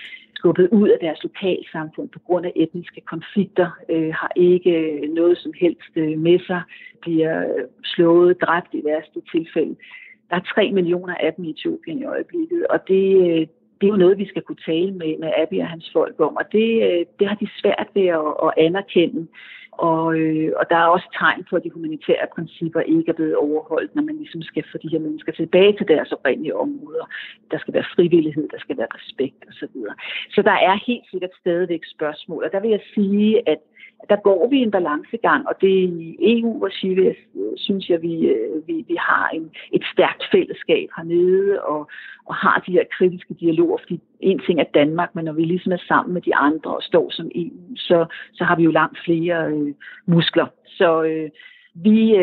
skubbet ud af deres lokalsamfund på grund af etniske konflikter, har ikke noget som helst med sig, bliver slået, dræbt i værste tilfælde. Der er 3 millioner af dem i Etiopien i øjeblikket, og det er jo noget, vi skal kunne tale med Abiy og hans folk om, og det har de svært ved at anerkende. Og der er også tegn på, at de humanitære principper ikke er blevet overholdt, når man ligesom skal få de her mennesker tilbage til deres oprindelige områder. Der skal være frivillighed, der skal være respekt osv. Så der er helt sikkert stadigvæk spørgsmål, og der vil jeg sige, at der går vi en balancegang, og det i EU-regi, synes jeg, vi har et stærkt fællesskab hernede, og har de her kritiske dialoger, fordi en ting er Danmark, men når vi ligesom er sammen med de andre og står som EU, så har vi jo langt flere muskler. Så vi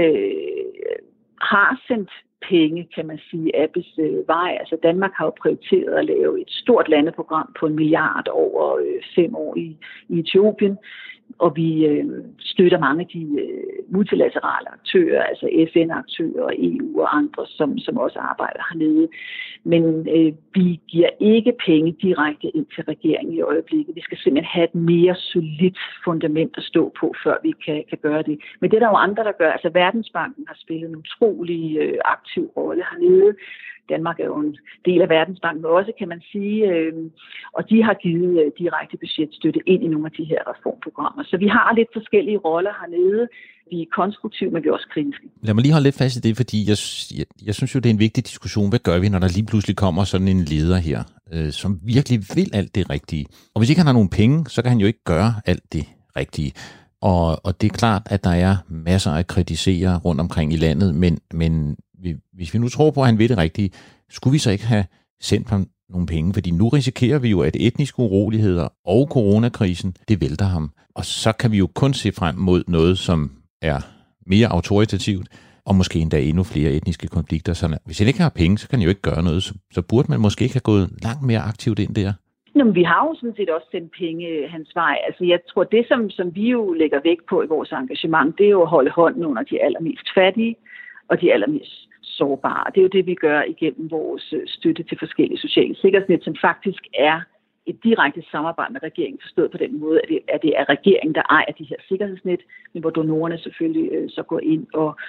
har sendt penge, kan man sige, Abys vej. Altså Danmark har jo prioriteret at lave et stort landeprogram på 1 milliard over 5 år i Etiopien. Og vi støtter mange af de multilaterale aktører, altså FN-aktører og EU og andre, som også arbejder hernede. Men vi giver ikke penge direkte ind til regeringen i øjeblikket. Vi skal simpelthen have et mere solidt fundament at stå på, før vi kan gøre det. Men det er der jo andre, der gør. Altså Verdensbanken har spillet en utrolig aktiv rolle hernede. Danmark er jo en del af Verdensbanken også, kan man sige, og de har givet direkte budgetstøtte ind i nogle af de her reformprogrammer. Så vi har lidt forskellige roller hernede. Vi er konstruktive, men vi er også kritiske. Lad mig lige holde lidt fast i det, fordi jeg synes jo, det er en vigtig diskussion. Hvad gør vi, når der lige pludselig kommer sådan en leder her, som virkelig vil alt det rigtige? Og hvis ikke han har nogen penge, så kan han jo ikke gøre alt det rigtige. Og det er klart, at der er masser at kritisere rundt omkring i landet, men hvis vi nu tror på, at han vil det rigtige, skulle vi så ikke have sendt ham nogle penge? Fordi nu risikerer vi jo, at etniske uroligheder og coronakrisen, det vælter ham. Og så kan vi jo kun se frem mod noget, som er mere autoritativt, og måske endda endnu flere etniske konflikter. Så hvis han ikke har penge, så kan han jo ikke gøre noget. Så burde man måske ikke have gået langt mere aktivt ind der. Jamen, vi har jo sådan set også sendt penge hans vej. Altså, jeg tror, det som vi jo lægger vægt på i vores engagement, det er jo at holde hånden under de allermest fattige og de allermest sårbare. Det er jo det, vi gør igennem vores støtte til forskellige sociale sikkerhedsnet, som faktisk er et direkte samarbejde med regeringen, forstået på den måde, at det er regeringen, der ejer de her sikkerhedsnet, men hvor donorerne selvfølgelig så går ind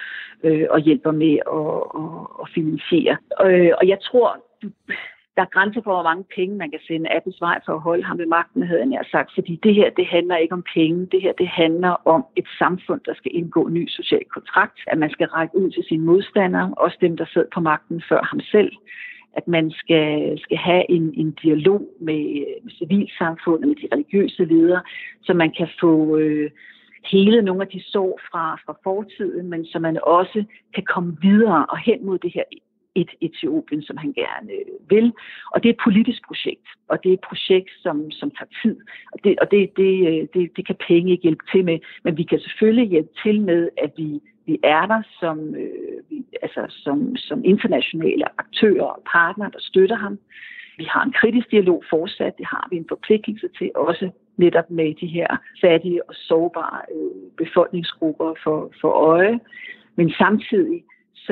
og hjælper med at finansiere. Og jeg tror, der er grænser for, hvor mange penge man kan sende Abys vej for at holde ham ved magten, havde jeg nær sagt. Fordi det her, det handler ikke om penge. Det her, det handler om et samfund, der skal indgå en ny social kontrakt. At man skal række ud til sine modstandere, også dem, der sad på magten før ham selv. At man skal have en dialog med civilsamfundet, med de religiøse ledere, så man kan få hele nogle af de sår fra fortiden, men så man også kan komme videre og hen mod det her et Etiopien, som han gerne vil. Og det er et politisk projekt, og det er et projekt, som tager tid. Og det kan penge ikke hjælpe til med, men vi kan selvfølgelig hjælpe til med, at vi er der som internationale aktører og partnere, der støtter ham. Vi har en kritisk dialog fortsat, det har vi en forpligtelse til, også netop med de her fattige og sårbare befolkningsgrupper for øje. Men samtidig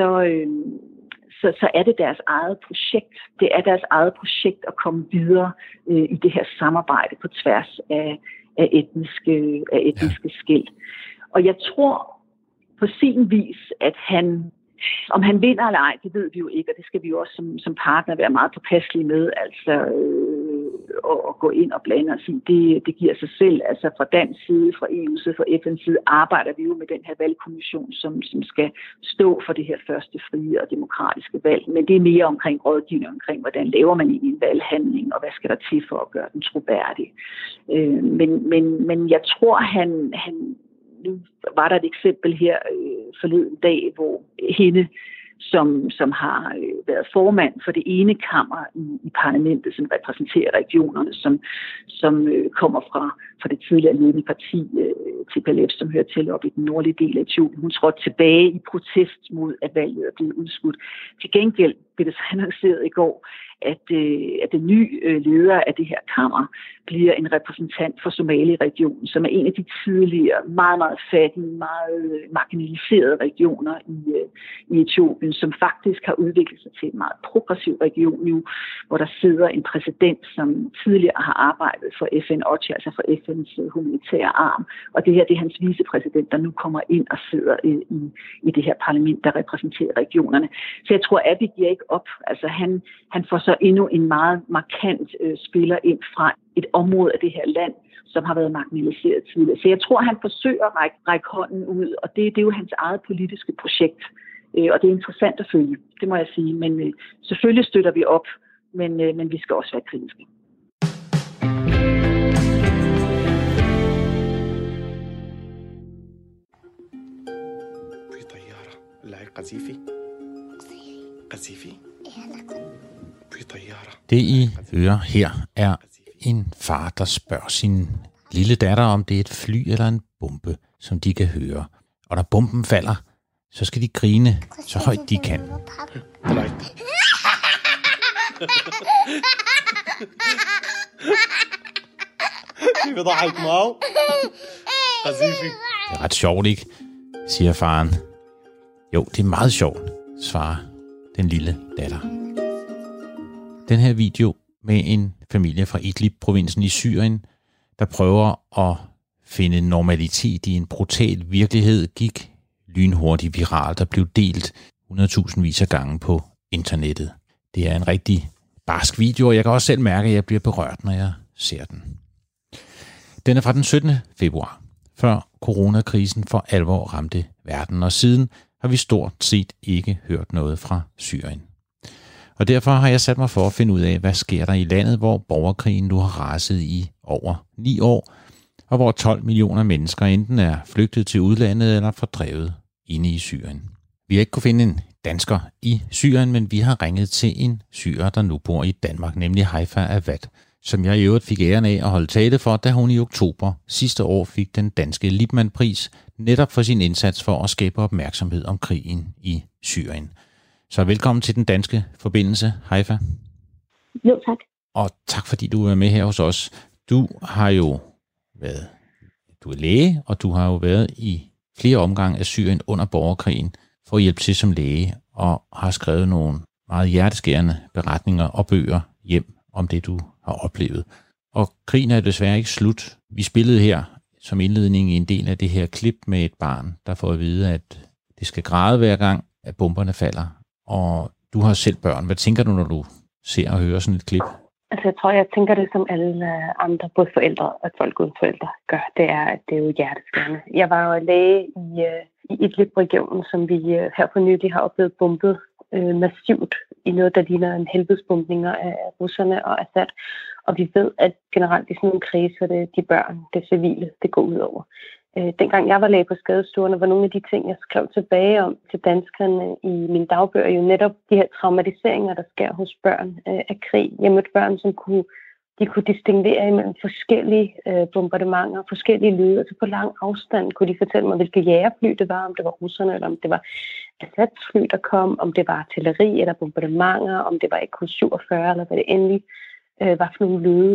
så er det deres eget projekt. Det er deres eget projekt at komme videre i det her samarbejde på tværs af etniske skel. Og jeg tror på sin vis, at om han vinder eller ej, det ved vi jo ikke, og det skal vi jo også som partner være meget påpasselige med, altså at gå ind og blande os i. Det giver sig selv. Altså fra dansk side, fra EU's side, fra FN's side, arbejder vi jo med den her valgkommission, som skal stå for det her første frie og demokratiske valg. Men det er mere omkring rådgivning, omkring hvordan laver man en valghandling, og hvad skal der til for at gøre den troværdig. Men jeg tror, han nu var der et eksempel her forleden dag, hvor hende, som har været formand for det ene kammer i parlamentet, som repræsenterer regionerne, som kommer fra det tidligere ledende parti TPLF, som hører til op i den nordlige del af Etiopien. Hun trådte tilbage i protest mod, at valget er blevet udskudt. Til gengæld blev det så annonceret i går, at den nye leder af det her kammer bliver en repræsentant for Somali-regionen, som er en af de tidligere meget, meget fattige, meget marginaliserede regioner i Etiopien, som faktisk har udviklet sig til en meget progressiv region nu, hvor der sidder en præsident, som tidligere har arbejdet for FN OCHA, altså for FN's humanitære arm. Og det her, det er hans vicepræsident, der nu kommer ind og sidder i det her parlament, der repræsenterer regionerne. Så jeg tror, at Abiy giver ikke op. Altså han får så endnu en meget markant spiller ind fra et område af det her land, som har været marginaliseret tidligere. Så jeg tror, han forsøger at række hånden ud, og det er jo hans eget politiske projekt. Og det er interessant at følge, det må jeg sige. Men selvfølgelig støtter vi op, men vi skal også være kritiske. Det I hører her er en far, der spørger sin lille datter, om det er et fly eller en bombe, som de kan høre. Og når bomben falder, så skal de grine så højt de kan. Det er ret sjovt, ikke? Siger faren. Jo, det er meget sjovt, svarer den lille datter. Den her video med en familie fra Idlib-provinsen i Syrien, der prøver at finde normalitet i en brutal virkelighed, gik lynhurtigt viralt og blev delt 100.000 af gange på internettet. Det er en rigtig barsk video, og jeg kan også selv mærke, at jeg bliver berørt, når jeg ser den. Den er fra den 17. februar, før coronakrisen for alvor ramte verden, og siden har vi stort set ikke hørt noget fra Syrien. Og derfor har jeg sat mig for at finde ud af, hvad sker der i landet, hvor borgerkrigen nu har raset i over 9 år, og hvor 12 millioner mennesker enten er flygtet til udlandet eller fordrevet inde i Syrien. Vi har ikke kunnet finde en dansker i Syrien, men vi har ringet til en syrer, der nu bor i Danmark, nemlig Haifa Awad, som jeg i øvrigt fik æren af at holde tale for, da hun i oktober sidste år fik den danske Lippmann-pris, netop for sin indsats for at skabe opmærksomhed om krigen i Syrien. Så velkommen til den danske forbindelse, Haifa. Jo, tak. Og tak fordi du er med her hos os. Du er læge, og du har jo været i flere omgange af Syrien under borgerkrigen for at hjælpe til som læge, og har skrevet nogle meget hjerteskærende beretninger og bøger hjem om det, du har oplevet. Og krigen er desværre ikke slut. Vi spillede her som indledning i en del af det her klip med et barn, der får at vide, at det skal græde hver gang, at bomberne falder. Og du har selv børn. Hvad tænker du, når du ser og hører sådan et klip? Altså, jeg tænker det, som alle andre, både forældre og folk uden forældre gør. Det er jo hjerteskærende. Jeg var jo læge i Idlib-regionen, som vi her for nylig har oplevet bombet massivt i noget, der ligner en helvedesbombninger af russerne og Assad. Og vi ved, at generelt i sådan nogle kriser, det er de børn, det civile, det går ud over. Dengang jeg var læge på skadestuerne, var nogle af de ting, jeg skrev tilbage om til danskerne i mine dagbøger, jo netop de her traumatiseringer, der sker hos børn af krig. Jeg mødte børn, som kunne distinguere imellem forskellige bombardementer, forskellige lyde. Altså på lang afstand kunne de fortælle mig, hvilke jægerfly det var, om det var russerne, eller om det var Assads fly, der kom, om det var artilleri eller bombardementer, om det var EK-47, eller hvad det endelig var for nogle lyde.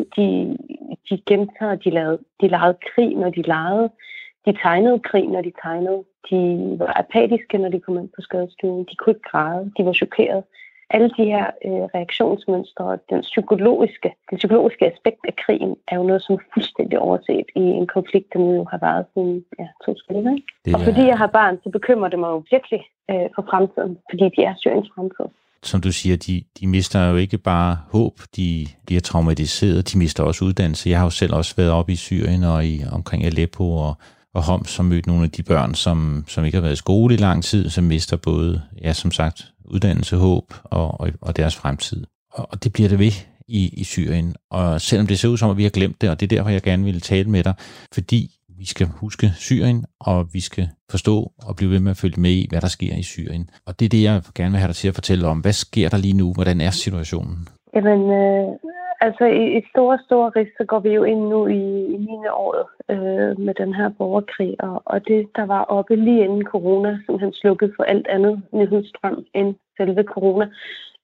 De gentager, de legede krig, når de legede. De tegnede krig, når de tegnede. De var apatiske, når de kom ind på skadestuen. De kunne ikke græde. De var chokeret. Alle de her reaktionsmønstre og den psykologiske aspekt af krigen er jo noget, som er fuldstændig overset i en konflikt, der nu har varet siden 2000. Og fordi jeg har barn, så bekymrer det mig jo virkelig for fremtiden, fordi de er Syriens fremtid. Som du siger, de mister jo ikke bare håb, de bliver traumatiseret, de mister også uddannelse. Jeg har jo selv også været oppe i Syrien og omkring Aleppo og Homs, som mødte nogle af de børn, som ikke har været i skole i lang tid, som mister både, som sagt, uddannelse, håb og deres fremtid. Og det bliver det ved i Syrien. Og selvom det ser ud som, at vi har glemt det, og det er derfor, jeg gerne ville tale med dig, fordi vi skal huske Syrien, og vi skal forstå og blive ved med at følge med i, hvad der sker i Syrien. Og det er det, jeg gerne vil have dig til at fortælle om. Hvad sker der lige nu? Hvordan er situationen? Jamen, altså i store rigs, så går vi jo ind nu i 9. året med den her borgerkrig, og det, der var oppe lige inden corona, som han slukkede for alt andet nyhedsstrøm end selve corona,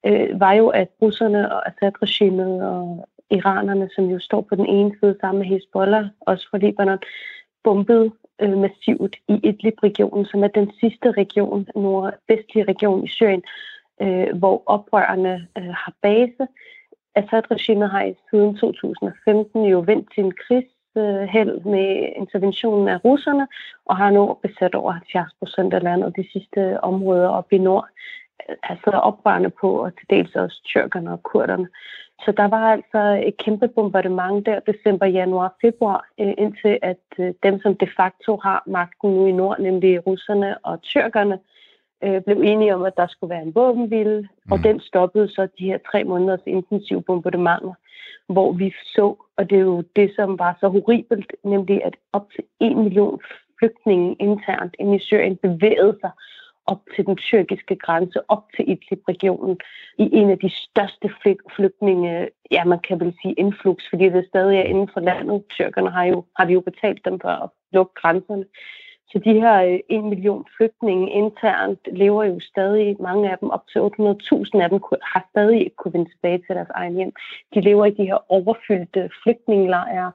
var jo, at russerne og Assad-regimet og iranerne, som jo står på den ene side sammen med Hezbollah, også fra Libanon, bombede massivt i Idlib-regionen, som er den sidste region, nordvestlige region i Syrien, hvor oprørerne har base. Assad-regimet har siden 2015 jo vendt sin krigsheld med interventionen af russerne, og har nu besat over 70% af landet, de sidste områder op i nord. Altså oprørerne på, og til dels også tyrkerne og kurderne. Så der var altså et kæmpe bombardement der december, januar, februar, indtil at dem, som de facto har magten nu i nord, nemlig russerne og tyrkerne, blev enige om, at der skulle være en våbenhvile, og den stoppede så de her 3 måneders intensive bombardementer, hvor vi så, og det er jo det, som var så horribelt, nemlig at op til 1 million flygtninge internt inde i Syrien bevægede sig op til den tyrkiske grænse, op til Idlib-regionen, i en af de største flygtninge, ja, man kan vel sige influx, fordi det stadig er inden for landet. Tyrkerne har jo betalt dem for at lukke grænserne. Så de her 1 million flygtninge internt lever jo stadig, mange af dem, op til 800.000 af dem, har stadig ikke kunne vende tilbage til deres egen hjem. De lever i de her overfyldte flygtningelejre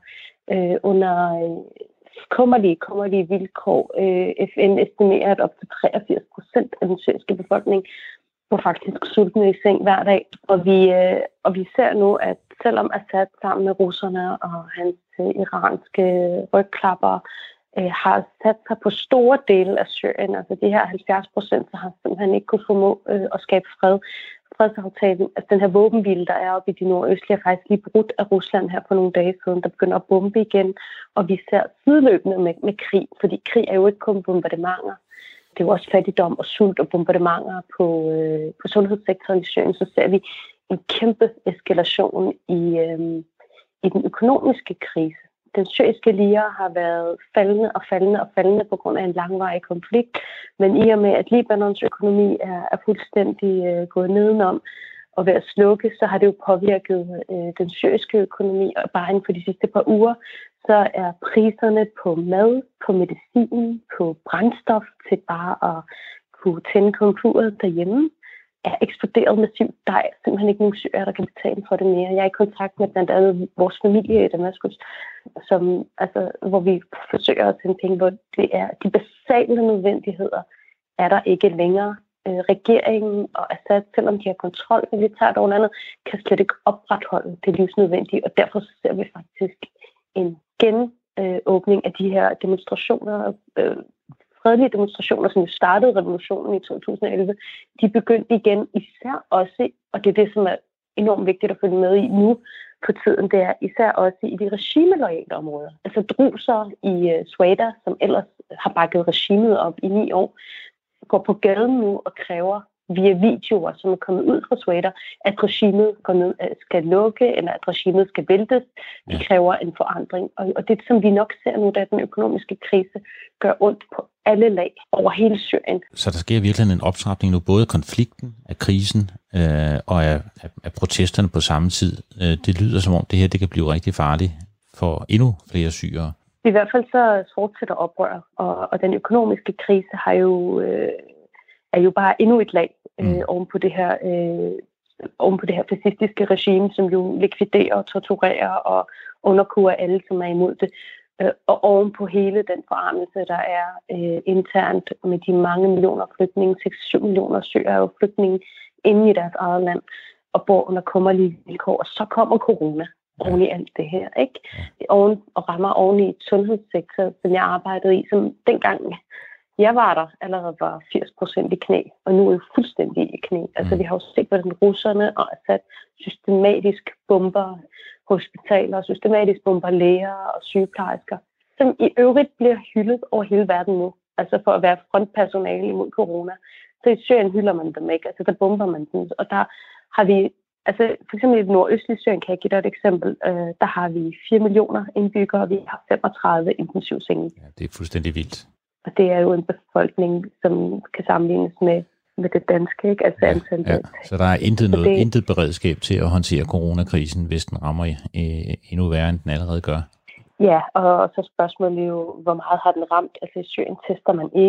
under kummerlige vilkår. FN estimerer, at op til 83% af den syriske befolkning går faktisk sultne i seng hver dag. Og vi ser nu, at selvom Assad sammen med russerne og hans iranske rygklapper har sat sig på store dele af Syrien, altså de her 70%, så har simpelthen ikke kunne formå at skabe fred. Fredsaftalen, altså den her våbenhvile, der er oppe i de nordøstlige, er faktisk lige brudt af Rusland her for nogle dage siden, der begynder at bombe igen, og vi ser sideløbende med krig, fordi krig er jo ikke kun bombardementer. Det er jo også fattigdom og sult og bombardementer på sundhedssektoren i Syrien, så ser vi en kæmpe eskalation i den økonomiske krise. Den syriske lira har været faldende på grund af en langvarig konflikt, men i og med, at Libanons økonomi er fuldstændig gået nedenom og ved at slukke, så har det jo påvirket den syriske økonomi, og bare inden for de sidste par uger, så er priserne på mad, på medicin, på brændstof til bare at kunne tænde komfuret derhjemme, er eksploderet massivt. Der er simpelthen ikke nogen syrere, der kan betale for det mere. Jeg er i kontakt med blandt andet vores familie i Damaskus, hvor vi forsøger at sende penge, hvor det er de basale nødvendigheder, er der ikke længere. Regeringen og Assad, selvom de har kontrol militært over landet, kan slet ikke opretholde det livsnødvendige, og derfor ser vi faktisk en genåbning af de her demonstrationer, fredelige demonstrationer, som jo startede revolutionen i 2011, de begyndte igen især også, og det er det, som er enormt vigtigt at følge med i nu på tiden, det er især også i de regimeloyale områder. Altså druser i Swaida, som ellers har bakket regimet op i 9 år, går på gaden nu og kræver via videoer, som er kommet ud fra Swaida, at regimet skal lukke, eller at regimet skal væltes. De kræver en forandring. Og det, som vi nok ser nu, at den økonomiske krise gør ondt på alle lag over hele Syrien. Så der sker virkelig en optrapning nu, både af konflikten, af krisen og af protesterne på samme tid. Det lyder som om, det her det kan blive rigtig farligt for endnu flere syrere. I hvert fald så fortsætter oprør, og den økonomiske krise er jo bare endnu et lag oven på det her fascistiske regime, som jo likviderer og torturerer og underkurer alle, som er imod det. Og oven på hele den forarmelse, der er internt med de mange millioner flygtninge, 6-7 millioner syrere er jo flygtninge inde i deres eget land og bor under kummerlige vilkår. Og så kommer corona oven i alt det her, ikke? Og rammer oven i et sundhedssektor, som jeg arbejdede i, som dengang jeg var der allerede var 80% i knæ, og nu er jeg fuldstændig i knæ. Altså vi har jo set, hvordan russerne og Assad systematisk bomber hospitaler, systematisk bomber læger og sygeplejersker, som i øvrigt bliver hyldet over hele verden nu, altså for at være frontpersonale imod corona. Så i Syrien hylder man dem ikke, altså der bomber man dem, og der har vi, altså for eksempel i det nordøstlige Syrien, kan jeg give dig et eksempel, der har vi 4 millioner indbyggere, og vi har 35 intensivsenge. Ja, det er fuldstændig vildt. Og det er jo en befolkning, som kan sammenlignes med det danske, ikke? Altså antallet. Så der er intet beredskab til at håndtere coronakrisen, hvis den rammer endnu værre, end den allerede gør. Ja, og så spørgsmålet jo, hvor meget har den ramt? Altså i Syrien tester man ikke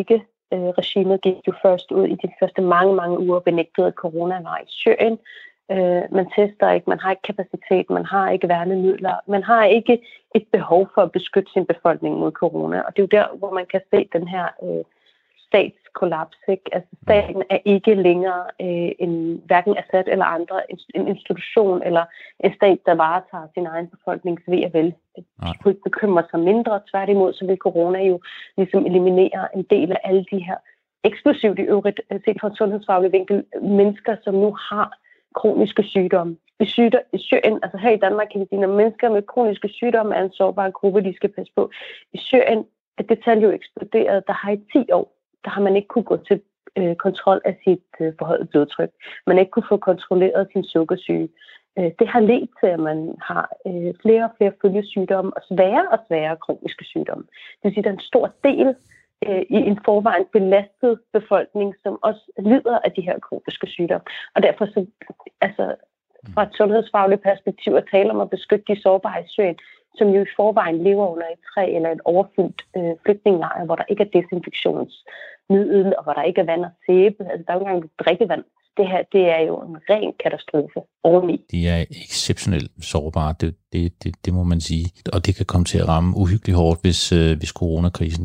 Regimet gik jo først ud i de første mange uger benægtede, at corona var i Syrien. Man tester ikke, man har ikke kapacitet, man har ikke værnemidler, man har ikke et behov for at beskytte sin befolkning mod corona. Og det er jo der, hvor man kan se den her statskollaps. Ikke? Altså staten er ikke længere hverken Assad eller andre en institution eller en stat, der varetager sin egen befolknings ve og vel. De kunne ikke bekymre sig mindre. Tværtimod, så vil corona jo ligesom eliminere en del af alle de her eksplosivt i øvrigt set fra en sundhedsfaglig vinkel mennesker, som nu har kroniske sygdomme. I Syrien, altså her i Danmark kan vi sige, at mennesker med kroniske sygdomme er en sårbar gruppe, de skal passe på. I Syrien er det tal jo eksploderet. Der har i 10 år, der har man ikke kunne gå til kontrol af sit forhøjet blodtryk. Man har ikke kunne få kontrolleret sin sukkersyge. Det har ledt til, at man har flere og flere følgesygdomme og sværere kroniske sygdomme. Det vil sige, at der er en stor del i en forvejen belastet befolkning, som også lider af de her kroniske sygdomme. Og derfor så, altså, fra et sundhedsfagligt perspektiv at tale om at beskytte de sårbare i Syrien, som jo i forvejen lever under et træ eller et overfyldt flygtningelejr, hvor der ikke er desinfektionsmiddel, og hvor der ikke er vand og sæbe. Altså, der er jo ikke engang drikkevand. Det her, det er jo en ren katastrofe oveni. De er exceptionelt sårbare, det må man sige. Og det kan komme til at ramme uhyggeligt hårdt, hvis coronakrisen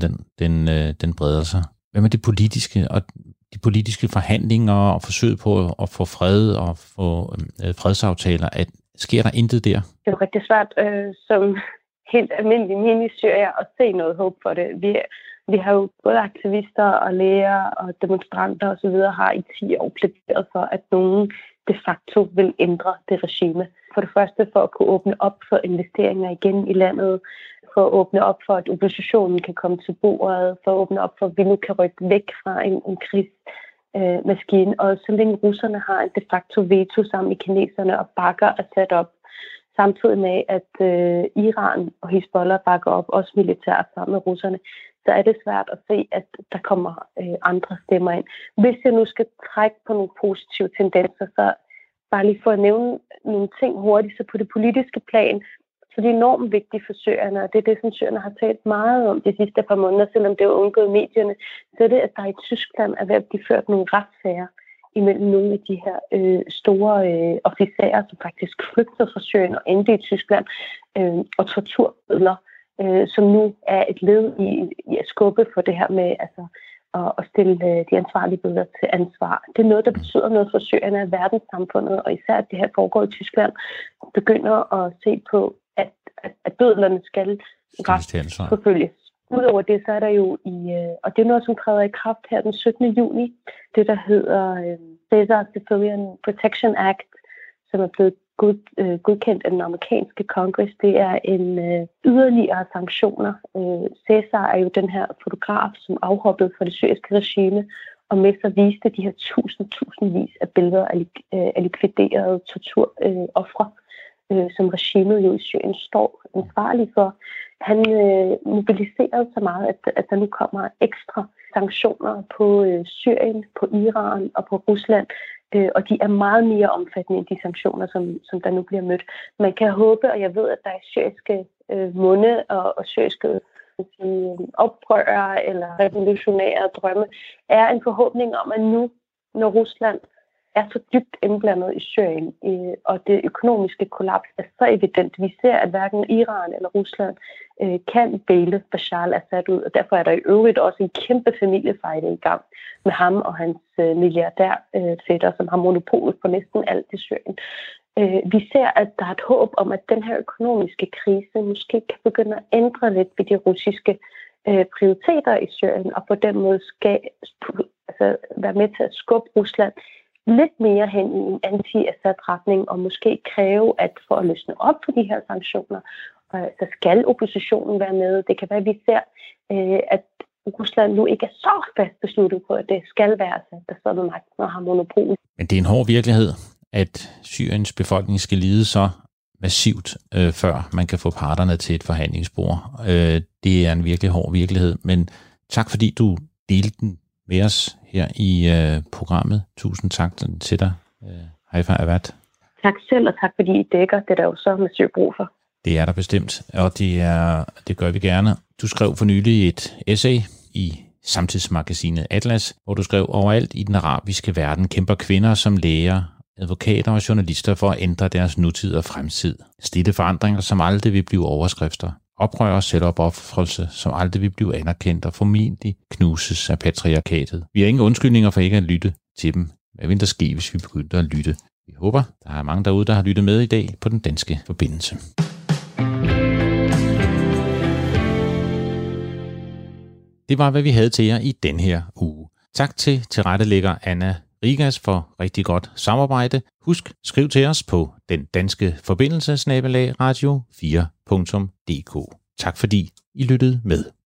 den breder sig. Hvad med det politiske og de politiske forhandlinger og forsøg på at få fred og få fredsaftaler? Sker der intet der? Det er jo rigtig svært som helt almindelig mini-syrier at se noget håb for det. Vi har jo både aktivister og læger og demonstranter osv. har i 10 år plæderet for, at nogen de facto vil ændre det regime. For det første for at kunne åbne op for investeringer igen i landet, for at åbne op for, at oppositionen kan komme til bordet, for at åbne op for, at vi nu kan rykke væk fra en krigsmaskine. Og så længe russerne har en de facto veto sammen med kineserne og bakker er sat op, samtidig med at Iran og Hizbollah bakker op, også militært sammen med russerne, så er det svært at se, at der kommer andre stemmer ind. Hvis jeg nu skal trække på nogle positive tendenser, så bare lige for at nævne nogle ting hurtigt, så på det politiske plan, så det er enormt vigtigt for syrerne, og det er det, som syrerne har talt meget om de sidste par måneder, selvom det er undgået medierne, så er det, at der i Tyskland er ved at blive ført nogle retssager imellem nogle af de her store officerer, som faktisk flygtede fra Syrien og endte i Tyskland, og torturmidler, som nu er et led i at skubbe for det her med altså, at stille de ansvarlige bøder til ansvar. Det er noget, der betyder noget for Syrien af verdenssamfundet, og især at det her foregår i Tyskland, begynder at se på, at bødlerne skal forfølges. Udover det, så er der jo og det er noget, som træder i kraft her den 17. juni, det der hedder Caesar Civilian Protection Act, som er blevet godkendt af den amerikanske kongres. Det er en yderligere sanktioner. Cæsar er jo den her fotograf, som afhoppede fra det syriske regime, og med sig viste de her tusindvis af billeder af likviderede torturofre, som regimet jo i Syrien står ansvarlig for. Han mobiliserede så meget, at der nu kommer ekstra sanktioner på Syrien, på Iran og på Rusland, og de er meget mere omfattende end de sanktioner, som der nu bliver mødt. Man kan håbe, og jeg ved, at der er syriske munde og syriske oprørere eller revolutionære drømme, er en forhåbning om, at nu, når Rusland er så dybt indblandet i Syrien, og det økonomiske kollaps er så evident. Vi ser, at hverken Iran eller Rusland kan bæle Bashar al-Assad ud, og derfor er der i øvrigt også en kæmpe familiefejde i gang med ham og hans milliardærfætter, som har monopol på næsten alt i Syrien. Vi ser, at der er et håb om, at den her økonomiske krise måske kan begynde at ændre lidt ved de russiske prioriteter i Syrien, og på den måde skal være med til at skubbe Rusland lidt mere hen i en anti-Assad-retning, og måske kræve, at for at løsne op for de her sanktioner, så skal oppositionen være med. Det kan være, at vi ser, at Rusland nu ikke er så fast besluttet på, at det skal være Assad, der står med magten og har monopol. Men det er en hård virkelighed, at Syriens befolkning skal lide så massivt, før man kan få parterne til et forhandlingsbord. Det er en virkelig hård virkelighed, men tak fordi du delte den med os her i programmet. Tusind tak til dig, Haifa Awad. Tak selv, og tak fordi I dækker det, der jo så massivt brug for. Det er der bestemt, og det gør vi gerne. Du skrev for nylig et essay i samtidsmagasinet Atlas, hvor du skrev: overalt i den arabiske verden kæmper kvinder som læger, advokater og journalister for at ændre deres nutid og fremtid. Stille forandringer, som aldrig vil blive overskrifter. Oprør og selvopofrelse, som aldrig vil blive anerkendt og formentlig knuses af patriarkatet. Vi har ingen undskyldninger for ikke at lytte til dem. Hvad vil der ske, hvis vi begynder at lytte? Vi håber, der er mange derude, der har lyttet med i dag på Den Danske Forbindelse. Det var, hvad vi havde til jer i den her uge. Tak til tilrettelægger Anna Rigas for rigtig godt samarbejde. Husk, skriv til os på Den Danske Forbindelse @radio4.dk. Tak fordi I lyttede med.